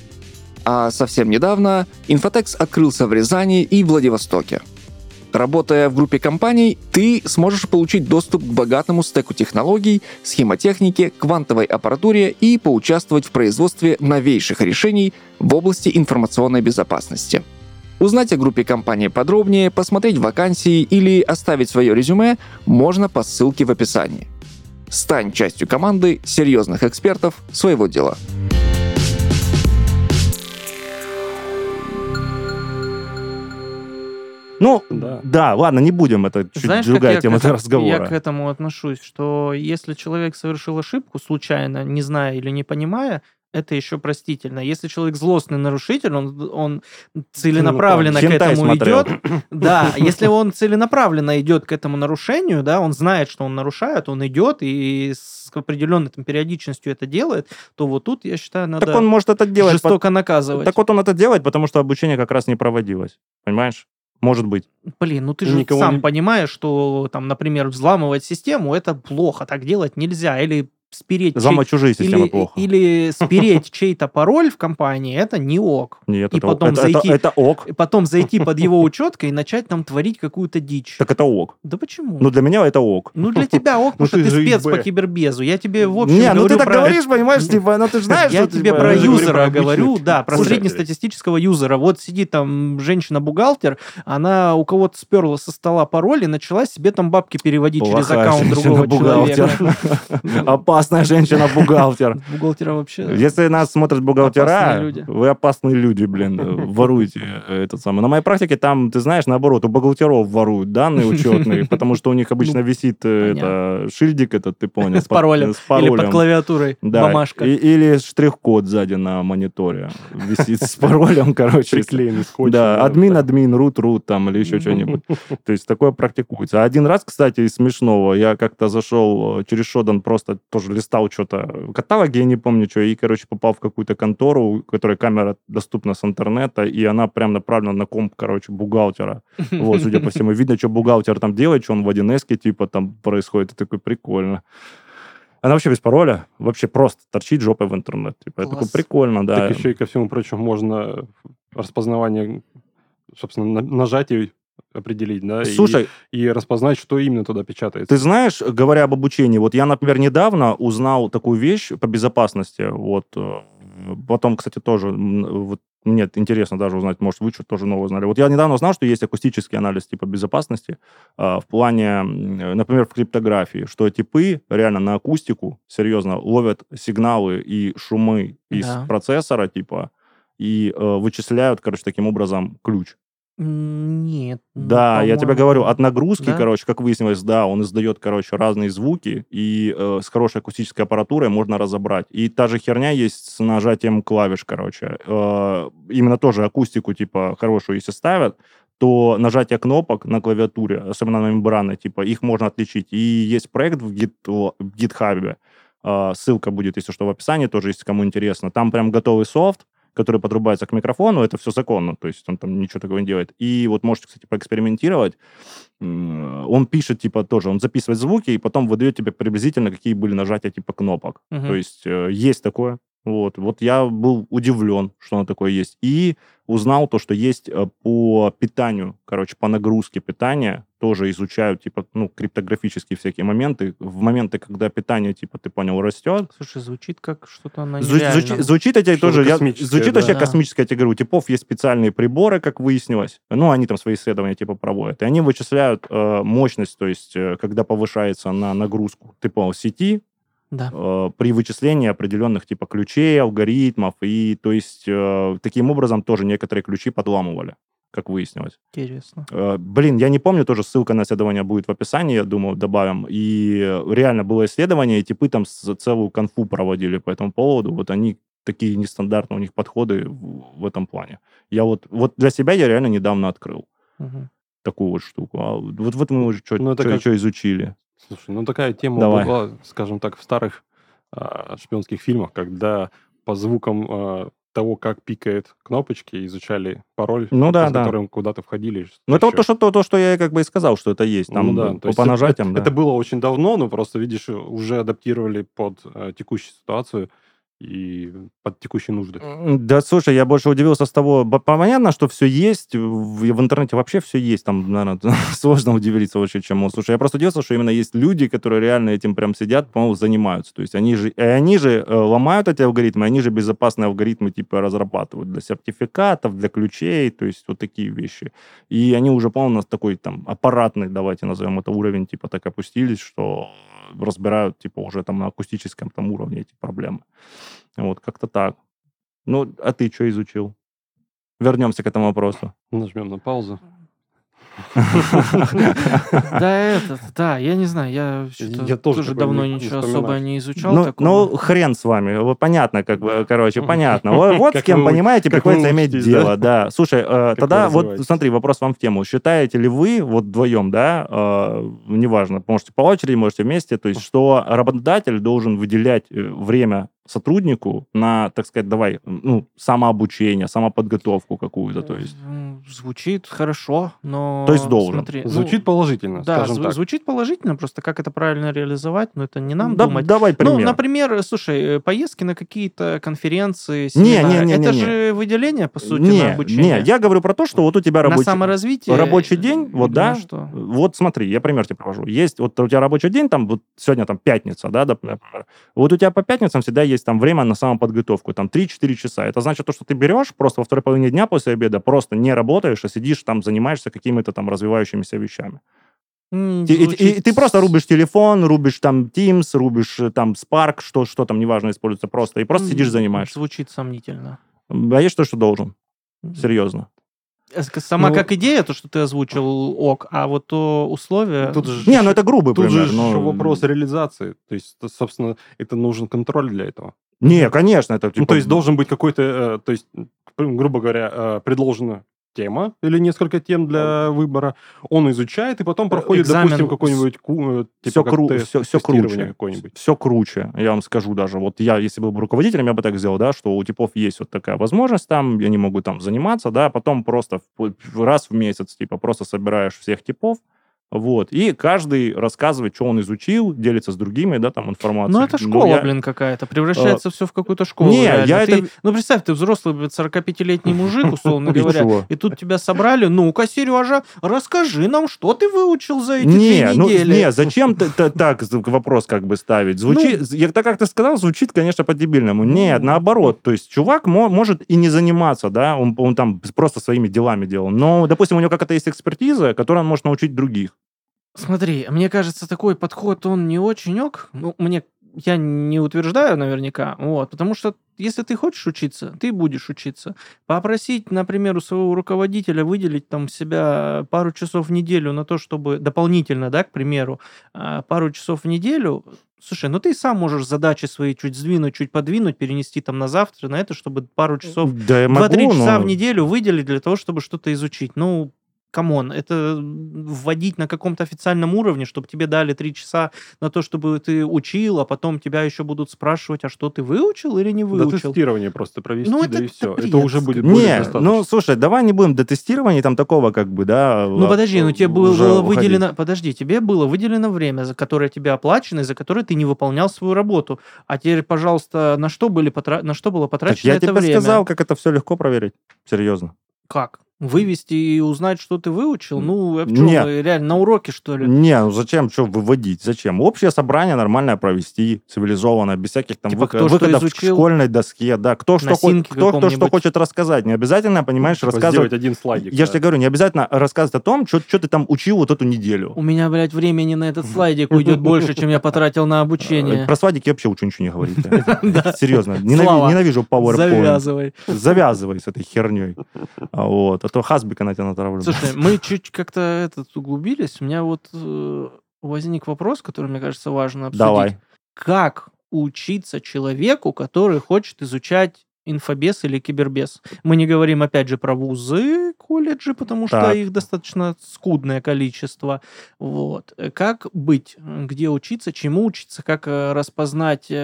А совсем недавно Infotex открылся в Рязани и Владивостоке. Работая в группе компаний, ты сможешь получить доступ к богатому стеку технологий, схемотехнике, квантовой аппаратуре и поучаствовать в производстве новейших решений в области информационной безопасности. Узнать о группе компании подробнее, посмотреть вакансии или оставить свое резюме можно по ссылке в описании. Стань частью команды серьезных экспертов своего дела. Ну, Да. да, ладно, не будем, это чуть Знаешь, как другая я тема к, для это- я разговора. к этому отношусь, что если человек совершил ошибку случайно, не зная или не понимая, это еще простительно. Если человек злостный нарушитель, он, он целенаправленно к Хентай этому смотрел. идет. Да, если он целенаправленно идет к этому нарушению, да, он знает, что он нарушает, он идет и с определенной там, периодичностью это делает, то вот тут, я считаю, надо Так он может это делать... по- жестоко наказывать. Так вот он это делает, потому что обучение как раз не проводилось. Понимаешь? Может быть. Блин, ну ты же Никого сам не- понимаешь, что там, например, взламывать систему это плохо, так делать нельзя. Или спереть чей- Взламывать чужие системы или, плохо. или спереть чей-то пароль в компании, это не ок. Нет, и это, потом это, зайти- это, это ок. И потом зайти под его учеткой и начать там творить какую-то дичь. Так это ок. Да почему? Ну, для меня это ок. Ну, для тебя ок, потому Ну, что ты ты же спец ИБ. по кибербезу. Я тебе, в общем, Не, ну говорю ты так про... говоришь, понимаешь, типа, ну ты же знаешь, Я что, тебе типа, про я же говорю юзера про обычных говорю, да, про пользователей. среднестатистического юзера. Вот сидит там женщина-бухгалтер, она у кого-то сперла со стола пароль и начала себе там бабки переводить через плохая аккаунт другого женщина-бухгалтер. человека. Опасная женщина-бухгалтер. Бухгалтера вообще... Если нас смотрят бухгалтера, Опасные люди. вы опасные люди, блин, воруете этот самый. На моей практике там, ты знаешь, наоборот, у бухгалтеров воруют данные учетные, потому что у них обычно висит э, это, шильдик этот, ты понял. С паролем. С паролем. Или под клавиатурой. Да, Бумажка. и- или штрих-код сзади на мониторе висит с паролем, короче. Приклеенный скотчем. Да, админ, так. админ, рут, рут там или еще что-нибудь. То есть такое практикуется. Один раз, кстати, из смешного, я как-то зашел э, через Shodan, просто тоже листал что-то в каталоге, я не помню что, и, короче, попал в какую-то контору, у которой камера доступна с интернета, и она прям направлена на комп, короче, бухгалтера. Вот, судя по всему, видно, что бухгалтер там делает, что он в один эс типа там происходит, и такой, прикольно. Она вообще без пароля, вообще просто торчит жопой в интернет. Типа, я такой, Класс. прикольно, да. Так еще и ко всему прочему можно распознавание, собственно, на- нажатий определить, да, и- Слушай, и, распознать, что именно туда печатается. ты знаешь, говоря об обучении, вот я, например, недавно узнал такую вещь по безопасности, вот, э, потом, кстати, тоже, м, вот, мне интересно даже узнать, может, вы что-то тоже новое узнали. Вот я недавно узнал, что есть акустический анализ типа безопасности а, в плане, м, например, в криптографии, что типы реально на акустику серьезно ловят сигналы и шумы из Да. процессора, типа, и э, вычисляют, короче, таким образом ключ. М, Нет. ну, Да, я тебе по-моему, говорю, от нагрузки, да. короче, как выяснилось, да, он издает, короче, разные звуки, и э, с хорошей акустической аппаратурой можно разобрать. И та же херня есть с нажатием клавиш, короче. Э, именно тоже акустику, типа, хорошую, если ставят, то нажатие кнопок на клавиатуре, особенно на мембраны, типа, их можно отличить. И есть проект в, Git, в GitHub, э, ссылка будет, если что, в описании тоже, если кому интересно. Там прям готовый софт, который подрубается к микрофону, это все законно, то есть он там ничего такого не делает. И вот можете, кстати, поэкспериментировать. М, Он пишет, типа, тоже, он записывает звуки, и потом выдает тебе приблизительно, какие были нажатия, типа, кнопок. Мгм. То есть э, есть такое. Вот. Вот я был удивлен, что оно такое есть. И узнал то, что есть э, по питанию, короче, по нагрузке питания, тоже изучают, типа, ну, криптографические всякие моменты. В моменты, когда питание, типа, ты понял, растет, Слушай, звучит как что-то на Зву- звучи- нереальном. звучит эти Что-то тоже, я- космическое, звучит да. вообще Да. космическое, я тебе говорю, у типов есть специальные приборы, как выяснилось, ну, они там свои исследования типа проводят, и они вычисляют э, мощность, то есть, э, когда повышается на нагрузку, ты понял, сети, Да. э, при вычислении определенных типа ключей, алгоритмов, и, то есть, э, таким образом тоже некоторые ключи подламывали, как выяснилось. Интересно. Э, Блин, я не помню, тоже ссылка на исследование будет в описании, я думаю, добавим. И э, реально было исследование, и типы там с- целую конфу проводили по этому поводу. Вот они такие нестандартные у них подходы в, в этом плане. Я вот, вот для себя я реально недавно открыл Мгм. такую вот штуку. А вот, вот мы уже что Ну, это как- изучили. Слушай, ну такая тема Давай. была, скажем так, в старых а, шпионских фильмах, когда по звукам а, того, как пикает кнопочки, изучали пароль, Ну да, с да. которым куда-то входили. что-то Ну это вот еще. то что, то, то, что я как бы и сказал, что это есть. Там Ну да, э, то по, есть по это- нажатиям, это, да. это было очень давно, но просто, видишь, уже адаптировали под э, текущую ситуацию и под текущие нужды. М, Да, слушай, я больше удивился с того, б- понятно, что все есть, в, в интернете вообще все есть, там, наверное, сложно удивиться вообще чему. Слушай, я просто удивился, что именно есть люди, которые реально этим прям сидят, по-моему, занимаются. То есть они же, и они же э, ломают эти алгоритмы, они же безопасные алгоритмы типа разрабатывают для сертификатов, для ключей, то есть вот такие вещи. И они уже, по-моему, на такой там аппаратный, давайте назовем это уровень, типа так опустились, что разбирают типа уже там на акустическом там уровне эти проблемы. Вот, как-то так. Ну, а ты что изучил? Вернемся к этому вопросу. Нажмем на паузу. Да, это, да, я не знаю, я что-то Я тоже тоже такое давно не- не ничего вспоминаю. особо не изучал Ну, такого. ну, хрен с вами. Вот понятно, как бы, короче, понятно. Вот, вот с Как кем, вы у- понимаете, как приходится вы иметь учитесь, дело, да. Слушай, э, вы тогда вот развиваетесь. смотри, вопрос вам в тему. Считаете ли вы, вот вдвоем, да, э, неважно, можете по очереди, можете вместе, то есть, что работодатель должен выделять э, время сотруднику на, так сказать, давай, ну, самообучение, самоподготовку какую-то, то есть. М, Звучит хорошо, но... То есть должен. Смотри, ну, Звучит положительно, да, скажем зв- так. звучит положительно, просто как это правильно реализовать, ну, это не нам Да- думать. давай пример. Ну, например, слушай, э, поездки на какие-то конференции, Не, семинары, не, не, не, это не. же выделение, по сути, не, на обучение. не, я говорю про то, что вот у тебя На рабочий... саморазвитие. Рабочий день, или вот, на да, что? вот смотри, я пример тебе привожу. Есть, вот у тебя рабочий день, там, вот сегодня там пятница, да, доп- например. Вот у тебя по пятницам всегда есть там время на самоподготовку, там три-четыре часа. Это значит то, что ты берешь просто во второй половине дня после обеда, просто не работаешь, а сидишь там, занимаешься какими-то там развивающимися вещами. М, И, и- и звучит ты просто с- рубишь телефон, рубишь там Teams, рубишь э, там Spark, что, что там, неважно, используется просто, и просто м, сидишь, занимаешься. Звучит сомнительно. А есть то, что должен. Серьезно. Э, ск- Сама Ну- как идея, то, что ты озвучил, ок, а вот то условие... Тут же Не, ну это грубый Тут пример. же но- еще вопрос реализации. То есть, то, собственно, это нужен контроль для этого. Не, конечно, это Ну, типа... то есть должен быть какой-то, э, то есть, м, грубо говоря, э, предложена тема или несколько тем для выбора. Он изучает и потом проходит, экзамен допустим, какой-нибудь ку- э, все, типа как кру- тест, все, все тестирование круче. какое-нибудь. Все круче, я вам скажу даже. Вот я, если был бы руководителем, я бы так сделал, да, что у типов есть вот такая возможность там, и они могут там заниматься, да, потом просто в- в- раз в месяц, типа, просто собираешь всех типов, вот, и каждый рассказывает, что он изучил, делится с другими, да, там, информацией. Ну, это школа, я- блин, какая-то. Превращается все в какую-то школу. не, реально. я Ты- это- Ну, представь, ты взрослый, блин, сорокапятилетний мужик, условно И говоря, чё? и тут тебя собрали. Ну-ка, Сережа, расскажи нам, что ты выучил за эти Не, две ну, недели. не, зачем ты т- так з- вопрос как бы ставить? Звучит, я, так как ты сказал, звучит, конечно, по-дебильному. Нет, Ну, наоборот. То есть чувак мо- может и не заниматься, да, он, он там просто своими делами делал. Но, допустим, у него какая-то есть экспертиза, которой он может научить других. Смотри, мне кажется, такой подход, он не очень ок. Ну, мне, я не утверждаю наверняка, вот, потому что если ты хочешь учиться, ты будешь учиться. Попросить, например, у своего руководителя выделить там себя пару часов в неделю на то, чтобы дополнительно, да, к примеру, а, пару часов в неделю. Слушай, ну ты сам можешь задачи свои чуть сдвинуть, чуть подвинуть, перенести там на завтра, на это, чтобы пару часов, Да, я могу, два-три часа но- в неделю выделить для того, чтобы что-то изучить. Ну, камон, это вводить на каком-то официальном уровне, чтобы тебе дали три часа на то, чтобы ты учил, а потом тебя еще будут спрашивать, а что ты выучил или не Да выучил? тестирование просто провести, Ну, да это- и все. это Это уже бред. будет более Не, достаточно. ну, слушай, давай не будем до тестирования там такого, как бы, да. Ну а, подожди, ну тебе было, уже было уходить. выделено, подожди, тебе было выделено время, за которое тебе оплачено, и за которое ты не выполнял свою работу. А теперь, пожалуйста, на что были потра- на что было Так потрачено я это тебе время? сказал, как это все легко проверить. Серьезно. Как? Вывести и узнать, что ты выучил? Ну, а в чем Нет. мы, реально, на уроке, что ли? Не, ну зачем, что выводить? Зачем? Общее собрание нормальное провести, цивилизованное, без всяких там Типа, выход- кто что выходов к изучил, школьной доске, да. Кто что, на хо- синке кто, кто что каком-нибудь. хочет рассказать. Не обязательно, понимаешь, Типа рассказывать. сделать один слайдик. Я же да. тебе говорю, не обязательно рассказывать о том, что, что ты там учил вот эту неделю. У меня, блядь, времени на этот слайдик уйдет больше, чем я потратил на обучение. Э, Про слайдики вообще лучше ничего не говорите. Да. Серьезно, ненави- Слава, ненавижу PowerPoint. Завязывай. Завязывай с этой херней. А вот, а то Хасбика на тебя натравлю. Слушай, мы чуть как-то этот углубились. У меня вот э, возник вопрос, который, мне кажется, важно обсудить. Давай. Как учиться человеку, который хочет изучать инфобес или кибербес? Мы не говорим, опять же, про вузы, колледжи, потому что Так. их достаточно скудное количество. Вот. Э, Как быть? Где учиться? Чему учиться? Как э, распознать э,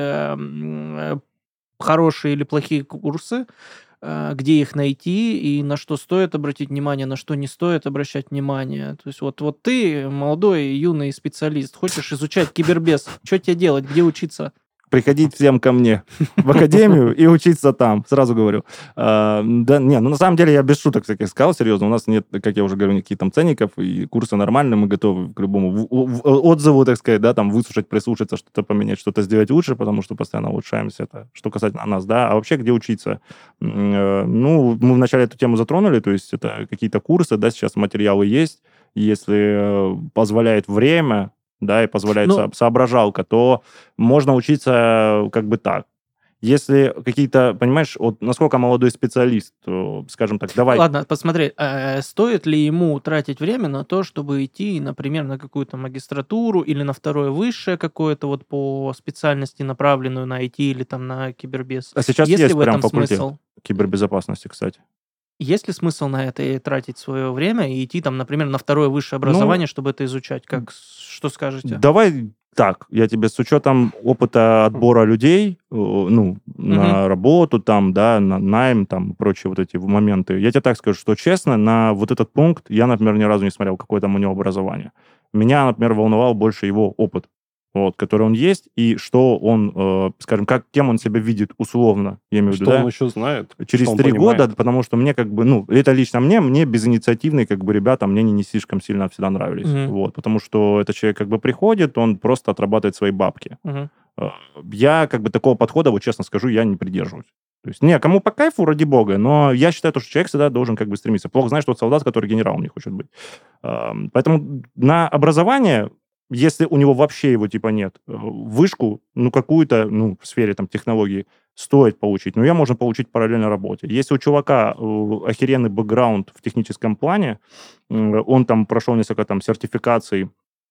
м, э, хорошие или плохие курсы? э, Где их найти и на что стоит обратить внимание, на что не стоит обращать внимание. То есть вот, вот ты, молодой юный специалист, хочешь изучать кибербес, что тебе делать, где учиться? Приходить всем ко мне в академию и учиться там, сразу говорю. А, да, не, ну на самом деле я без шуток всяких сказал, серьезно, у нас нет, как я уже говорю, никаких там ценников, и курсы нормальные, мы готовы к любому в- в- отзыву, так сказать, да, там выслушать, прислушаться, что-то поменять, что-то сделать лучше, потому что постоянно улучшаемся, это что касательно нас, да, а вообще где учиться? М, э, Ну, мы вначале эту тему затронули, то есть это какие-то курсы, да, сейчас материалы есть, если э, позволяет время, да, и позволяет Ну- со- соображалка, то можно учиться как бы так. Если какие-то, понимаешь, вот насколько молодой специалист, то, скажем так, давай... Ладно, посмотри, э, стоит ли ему тратить время на то, чтобы идти, например, на какую-то магистратуру или на второе высшее какое-то вот по специальности, направленную на ай ти или там на кибербез? А сейчас Есть есть ли в прям этом факультет смысл? кибербезопасности, кстати. Есть ли смысл на это и тратить свое время и идти там, например, на второе высшее Ну, образование, чтобы это изучать? Как, с- что скажете? давай так, я тебе с учетом опыта отбора людей, э, ну, Мгм. на работу там, да, на найм там, и прочие вот эти моменты, я тебе так скажу, что честно, на вот этот пункт я, например, ни разу не смотрел, какое там у него образование. Меня, например, волновал больше его опыт, вот, который он есть, и что он, э, скажем, как, кем он себя видит условно, я имею в виду, Что да? он еще знает? Через что он три понимает? года, потому что мне как бы, ну, это лично мне, мне безинициативные как бы ребята, мне не, не слишком сильно всегда нравились. Мгм. Вот, потому что этот человек как бы приходит, он просто отрабатывает свои бабки. Мгм. Э, Я как бы такого подхода, вот честно скажу, я не придерживаюсь. То есть, не, кому по кайфу, ради бога, но я считаю, то, что человек всегда должен как бы стремиться. Плохо знаешь тот солдат, который генералом не хочет быть. Эм, Поэтому на образование, если у него вообще его типа нет, э, вышку, ну, какую-то, ну, в сфере там технологий стоит получить, но ее можно получить в параллельной работе. Если у чувака э, охеренный бэкграунд в техническом плане, м, он там прошел несколько там сертификаций,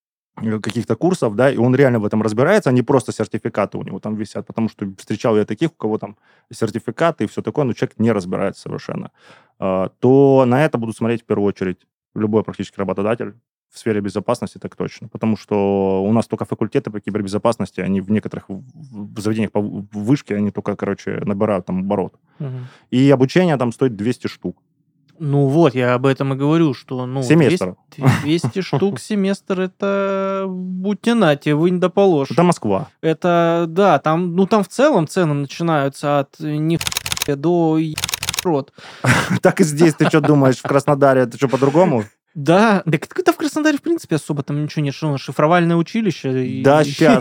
э, каких-то курсов, да, и он реально в этом разбирается, а не просто сертификаты у него там висят, потому что встречал я таких, у кого там сертификаты и все такое, но человек не разбирается совершенно, а, то на это будут смотреть в первую очередь любой практически работодатель в сфере безопасности, так точно, потому что у нас только факультеты по кибербезопасности, они в некоторых в- в заведениях по в- вышке, они только, короче, набирают там оборот. Мгм. И обучение там стоит двести штук. Ну вот, я об этом и говорю, что ну Семестр. двести, двести штук семестр это будьте нате, вынь да положь. Это Москва. Это, да, там, ну там в целом цены начинаются от не до е- рот. Так и здесь, ты что думаешь, в Краснодаре это что, по-другому? Да, да это в Краснодаре, в принципе, особо там ничего нет, что шифровальное училище. и- Да, сейчас.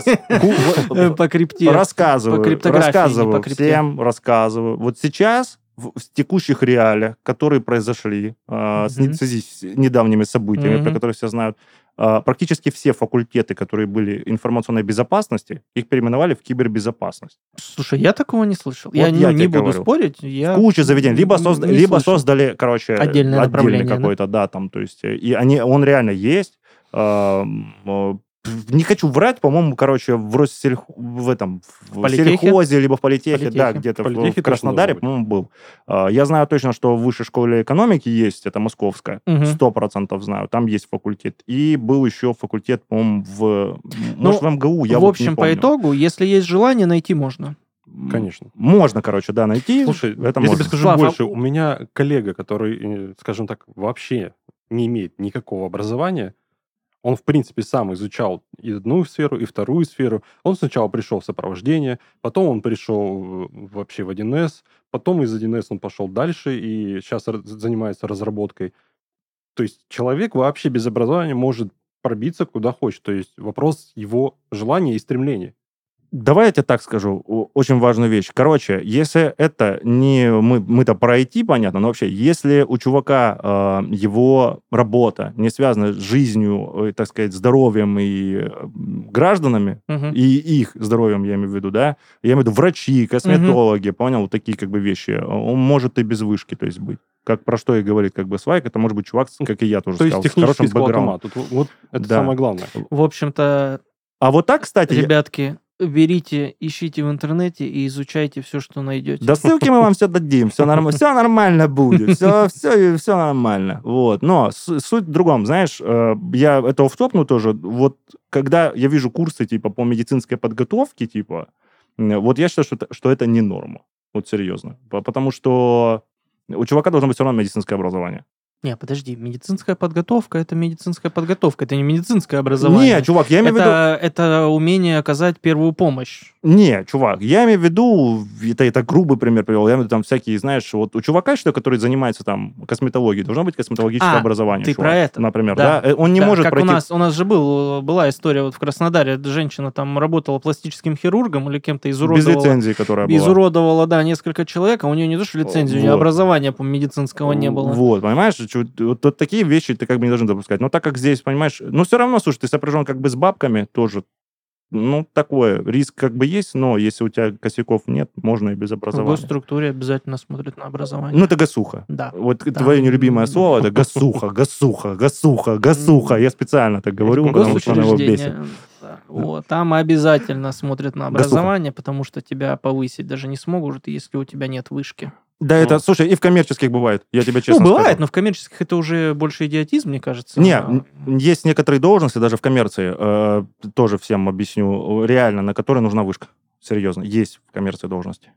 э, По крипте. Рассказываю, по криптографии, не рассказываю по крипте. всем, рассказываю. Вот сейчас, в в текущих реалиях, которые произошли а, с, не- Мгм. в связи с недавними событиями, про Мгм. которые все знают, а, практически все факультеты, которые были информационной безопасности, их переименовали в кибербезопасность. Слушай, я такого не слышал. Вот я я ну, не тебе буду говорю. спорить. Я Куча заведений. Либо, н- созда- не либо слышал. создали, короче, Отдельное отдельный направление, да? какой-то, да, там, то есть, э, и они, он реально есть. А, м, э, не хочу врать, по-моему, короче, в Россельх... в этом, в Политехе? сельхозе, либо в политехе, да, Политехе. где-то В в, политехе в точно Краснодаре, должно быть. по-моему, был. А, Я знаю точно, что в высшей школе экономики есть, это московская, Мгм. сто процентов знаю, там есть факультет. И был еще факультет, по-моему, в... Ну, Может, в МГУ, я в вот общем, не по помню. итогу, если есть желание, найти можно. М, Конечно. Можно, короче, да, найти. Слушай, это я тебе можно. скажу Слав, а больше. у- У меня коллега, который, э, скажем так, вообще не имеет никакого образования, он, в принципе, сам изучал и одну сферу, и вторую сферу. Он сначала пришел в сопровождение, потом он пришел э, вообще в один эс, потом из один эс он пошел дальше и сейчас раз- занимается разработкой. То есть человек вообще без образования может пробиться куда хочет. То есть вопрос его желания и стремления. Давай я тебе так скажу, о- очень важную вещь. Короче, если это не... Мы, мы-то про ай ти, понятно, но вообще, если у чувака э, его работа не связана с жизнью, э, так сказать, здоровьем и э, гражданами, Мгм. и их здоровьем, я имею в виду, да, я имею в виду врачи, косметологи, понял, вот такие как бы вещи, он может и без вышки, то есть быть. Как про что и говорит как бы Свайк, это может быть чувак, с- как и я тоже То есть сказал, с технический хорошим склад бэкграундом. ума. Тут вот вот это Да. самое главное. В общем-то, А вот так, кстати, я- ребятки, берите, ищите в интернете и изучайте все, что найдете. Да ссылки мы вам все дадим, все, норм... все нормально будет, все, все, все нормально. Вот. Но с- суть в другом, знаешь, э, я это оффтопну тоже, вот когда я вижу курсы типа по медицинской подготовке, типа, м, вот я считаю, что это, что это не норма, вот серьезно, По- потому что у чувака должно быть все равно медицинское образование. Не, подожди, медицинская подготовка это медицинская подготовка, это не медицинское образование. Не, чувак, я имею в виду... это, это умение оказать первую помощь. Не, чувак, я имею в виду, это, это грубый пример привел, я имею в виду там всякие, знаешь, вот у чувака, что, который занимается там косметологией, должно быть косметологическое А, образование. ты чувак, про это? Например, Да. да? Э, Он не Да, может как пройти... у нас, у нас же был, была история вот в Краснодаре, женщина там работала пластическим хирургом или кем-то Без изуродовала. лицензии, которая была. Изуродовала, да, несколько человек, а у нее не то, что лицензию, у нее Вот. образования по медицинского не было. Вот, понимаешь, чё- вот, вот такие вещи ты как бы не должен допускать. Но так как здесь, понимаешь, ну все равно, слушай, ты сопряжен как бы с бабками тоже, ну, такое. Риск как бы есть, но если у тебя косяков нет, можно и без В образования. госструктуре обязательно смотрят на образование. Ну, это гасуха. Да. Вот Там- твое нелюбимое слово, это гасуха, гасуха, гасуха, гасуха. Я специально так говорю, потому что оно его бесит. Госучреждения, да. Вот, там обязательно смотрят на образование, потому что тебя повысить даже не смогут, если у тебя нет вышки. Да, Ну. это, слушай, и в коммерческих бывает, я тебе честно Ну, бывает, скажу. но в коммерческих это уже больше идиотизм, мне кажется. Не, А, н- есть некоторые должности, даже в коммерции, э, тоже всем объясню, реально, на которые нужна вышка. Серьезно, есть в коммерции должности.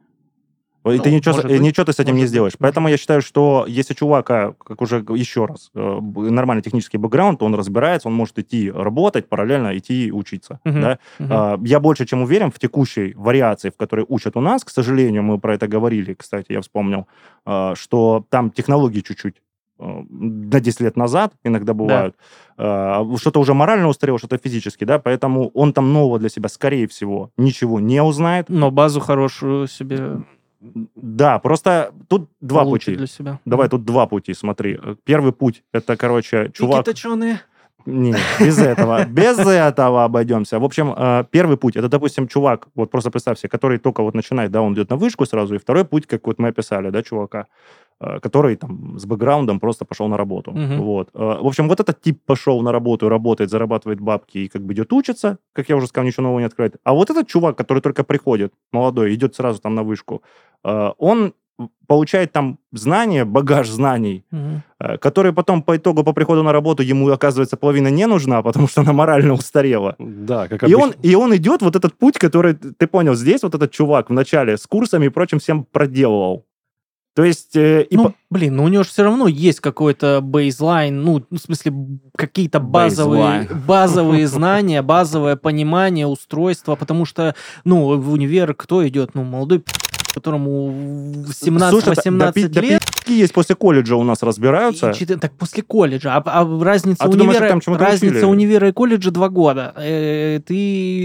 И Ну, ты ничего, с- может и быть, ничего ты с этим может не быть, сделаешь. может Поэтому я считаю, что если чувака, как уже г- еще раз, э, б- нормальный технический бэкграунд, он разбирается, он может идти работать, параллельно идти учиться. Мгм, Да? мгм. А, Я больше чем уверен в текущей вариации, в которой учат у нас, к сожалению, мы про это говорили, кстати, я вспомнил, а, что там технологии чуть-чуть э, на десять лет назад иногда бывают. А, Что-то уже морально устарело, что-то физически, да, поэтому он там нового для себя, скорее всего, ничего не узнает. Но базу хорошую себе Да, просто тут два получит пути. для себя. Давай, тут два пути, смотри. Первый путь, это, короче, чувак... Какие-то точеные. Не, без этого. Без этого обойдемся. В общем, э, первый путь, это, допустим, чувак, вот просто представь себе, который только вот начинает, да, он идет на вышку сразу, и второй путь, как вот мы описали, да, чувака, э, который там с бэкграундом просто пошел на работу. Мгм. Вот. Э, В общем, вот этот тип пошел на работу, работает, зарабатывает бабки и как бы идет учиться, как я уже сказал, ничего нового не открывает. А вот этот чувак, который только приходит, молодой, идет сразу там на вышку, э, он получает там знания, багаж знаний, Мгм. э, которые потом по итогу, по приходу на работу, ему, оказывается, половина не нужна, потому что она морально устарела. Да, как И обычно. он, и он идет вот этот путь, который, ты понял, здесь вот этот чувак в начале с курсами и прочим всем проделывал. То есть... э, и Ну, по- блин, ну у него же все равно есть какой-то бейзлайн, ну, в смысле, б- какие-то базовые, Бейзлайн. базовые знания, базовое понимание устройства, потому что, ну, в универ кто идет? Ну, молодой пи***, которому Слушай, да- да семнадцать-восемнадцать пи- да лет. пи***ки есть после колледжа у нас разбираются. И чит- Так после колледжа. А, а разница, А ты думаешь, универа, их там чему-то разница учили? универа и колледжа два года. Э, ты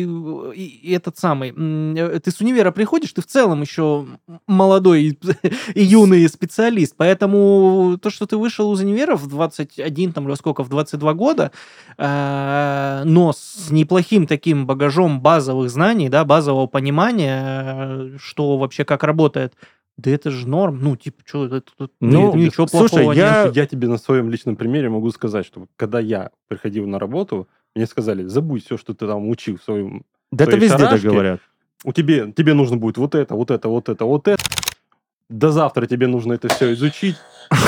и- и этот самый... м, э, Ты с универа приходишь, ты в целом еще молодой и, и юный специалист. Поэтому то, что ты вышел из универа в двадцать один там, или сколько, в двадцать два года, э, но с неплохим таким багажом базовых знаний, да, базового понимания, э, что вообще как работает, да это же норм. Ну, типа, что, это тут Ну, ну, ничего слушай, плохого я- нет. Я тебе на своем личном примере могу сказать, что когда я приходил на работу, мне сказали, забудь все, что ты там учил в своем... Да это своей везде так шарашке. говорят. У тебе, тебе нужно будет вот это, вот это, вот это, вот это. До завтра тебе нужно это все изучить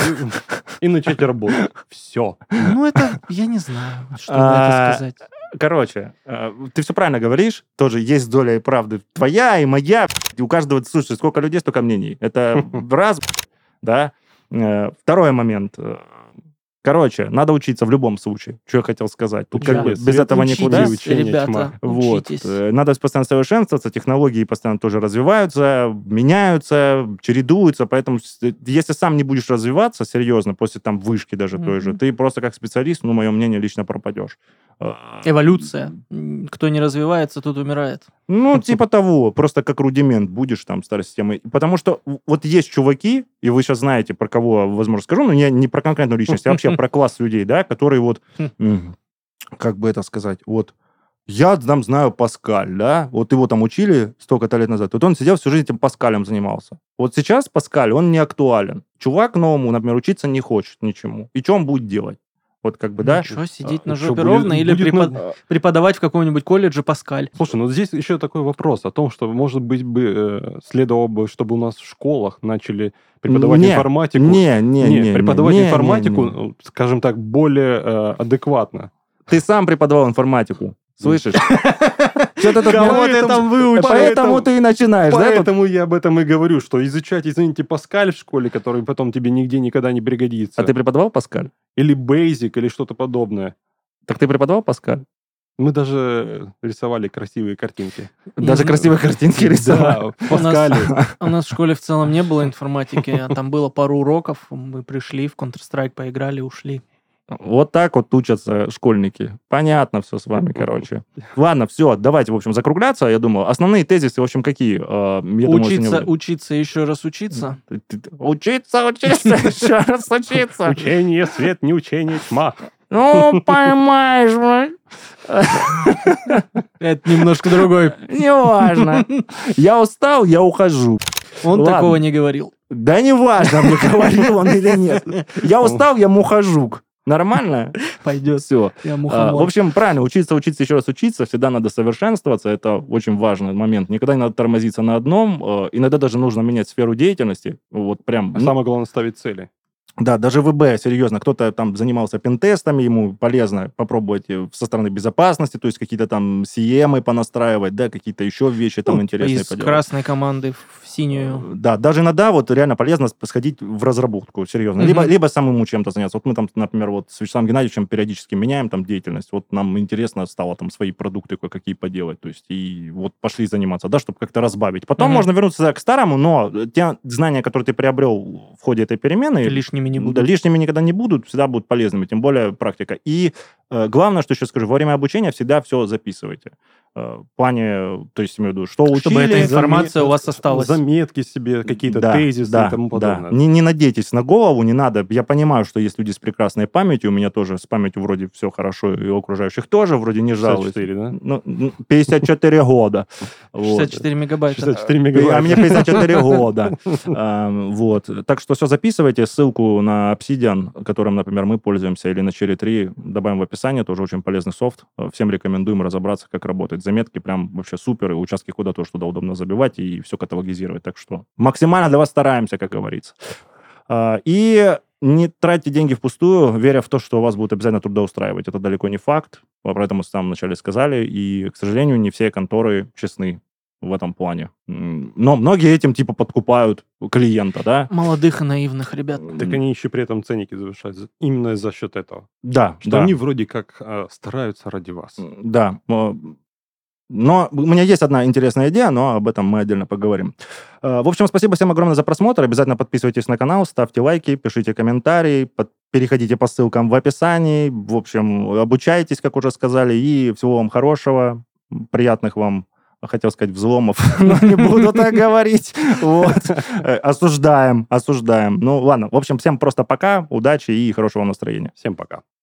и, и начать работать. Все. Ну, это, я не знаю, что на А, это сказать. Короче, э, ты все правильно говоришь, тоже есть доля и правды твоя и моя, и у каждого, слушай, сколько людей, столько мнений. Это раз, да. Э, Второй момент. э, Короче, надо учиться в любом случае. Что я хотел сказать. Тут как Да. бы без Свет, этого учитесь, никуда. учитесь. учение ребята, тьма. Вот. учитесь. Э, Надо постоянно совершенствоваться, технологии постоянно тоже развиваются, меняются, чередуются, поэтому с- э, если сам не будешь развиваться серьезно, после там вышки даже той же, Мгм. ты просто как специалист, ну, мое мнение, лично пропадешь. Э, Эволюция. М, Кто не развивается, тот умирает. Ну, типа того, просто как рудимент будешь там старой системой. Потому что в- вот есть чуваки, и вы сейчас знаете, про кого, возможно, скажу, но я не про конкретную личность, а вообще про класс людей, да, которые вот, м, как бы это сказать, вот, я там знаю Паскаль, да, вот его там учили столько-то лет назад, вот он сидел всю жизнь этим Паскалем занимался. Вот сейчас Паскаль, он не актуален. Чувак новому, например, учиться не хочет ничему. И что он будет делать? Вот как бы, да? Что, сидеть А, на чё, жопе будет- ровно или будет препод- на- преподавать в каком-нибудь колледже Паскаль? Слушай, ну здесь еще такой вопрос о том, что, может быть, бы э, следовало бы, чтобы у нас в школах начали преподавать Не, информатику. Не, не, Не, не. преподавать не, не, информатику, не. ну, скажем так, более э, адекватно. Ты сам преподавал информатику. Слышишь? Что-то тут Кого не- ты там выучил? Поэтому ты и начинаешь, да? тут? Поэтому я об этом и говорю, что изучать, извините, Паскаль в школе, который потом тебе нигде никогда не пригодится. А ты преподавал Паскаль? Или Basic, или что-то подобное. Так ты преподавал Паскаль? Мы даже рисовали красивые картинки. Даже Ну, красивые картинки рисовал. Да, в Паскале. У нас в школе в целом не было информатики, а там было пару уроков, мы пришли, в Counter-Strike поиграли, ушли. Вот так вот учатся школьники. Понятно все с вами, короче. Ладно, все, давайте, в общем, закругляться. Я думаю, основные тезисы, в общем, какие? Э, я думаю, Учиться, сегодня- учиться, еще раз учиться. Ты- ты- Учиться, учиться, еще раз учиться. Учение, свет, не учение, тьма. Ну, поймаешь, блядь. Это немножко другой. Неважно. Я устал, я ухожу. Он Ладно. такого не говорил. Да неважно, мне говорил он или нет. Я устал, я мухожук. Нормально? Пойдет. Все. Я А, мухомор. В общем, правильно, учиться, учиться, еще раз учиться, всегда надо совершенствоваться, это очень важный момент. Никогда не надо тормозиться на одном, э, иногда даже нужно менять сферу деятельности, вот прям. А ну, самое главное ставить цели. Да, даже ВБ, серьезно, кто-то там занимался пентестами, ему полезно попробовать э, со стороны безопасности, то есть какие-то там си эм понастраивать, да, какие-то еще вещи там Ну, интересные из поделать. красной команды в синюю. Да, даже иногда вот реально полезно сходить в разработку, серьезно. Мгм. Либо, либо самому чем-то заняться. Вот мы там, например, вот с Вячеславом Геннадьевичем периодически меняем там деятельность. Вот нам интересно стало там свои продукты кое-какие поделать. То есть и вот пошли заниматься, да, чтобы как-то разбавить. Потом Мгм. можно вернуться к старому, но те знания, которые ты приобрел в ходе этой перемены, Лишними не да, будут. лишними никогда не будут, всегда будут полезными, тем более практика. И э, главное, что еще скажу, во время обучения всегда все записывайте. Э, в плане, то есть, имею в виду, что Чтобы учили. эта информация заме- у вас осталась. Заметки себе, какие-то Да, тезисы да, и тому да. подобное. Не, не надейтесь на голову, не надо. Я понимаю, что есть люди с прекрасной памятью, у меня тоже с памятью вроде все хорошо, и у окружающих тоже, вроде не жалуюсь. шестьдесят четыре, да? Ну, ну, пятьдесят четыре года. Вот. шестьдесят четыре мегабайта. шестьдесят четыре А мегабайта. мне пятьдесят четыре года. А, Вот. Так что все записывайте. Ссылку на Obsidian, которым, например, мы пользуемся, или на Cherry три добавим в описание. Тоже очень полезный софт. Всем рекомендуем разобраться, как работает. Заметки прям вообще супер. И участки кода тоже туда удобно забивать и все каталогизировать. Так что максимально для вас стараемся, как говорится. А, И не тратьте деньги впустую, веря в то, что вас будут обязательно трудоустраивать. Это далеко не факт. Про это мы в самом начале сказали. И, к сожалению, не все конторы честны в этом плане. М, Но многие этим типа подкупают клиента, да? Молодых и наивных ребят. Так они еще при этом ценники завышают за- именно за счет этого. Да, Что да. они вроде как а, стараются ради вас. Да. но- Но у меня есть одна интересная идея, но об этом мы отдельно поговорим. Э, В общем, спасибо всем огромное за просмотр. Обязательно подписывайтесь на канал, ставьте лайки, пишите комментарии, под- переходите по ссылкам в описании. В общем, обучайтесь, как уже сказали, и всего вам хорошего, приятных вам, хотел сказать, взломов, но не буду так говорить. Вот. Э, Осуждаем, осуждаем. Ну, ладно. В общем, всем просто пока, удачи и хорошего настроения. Всем пока.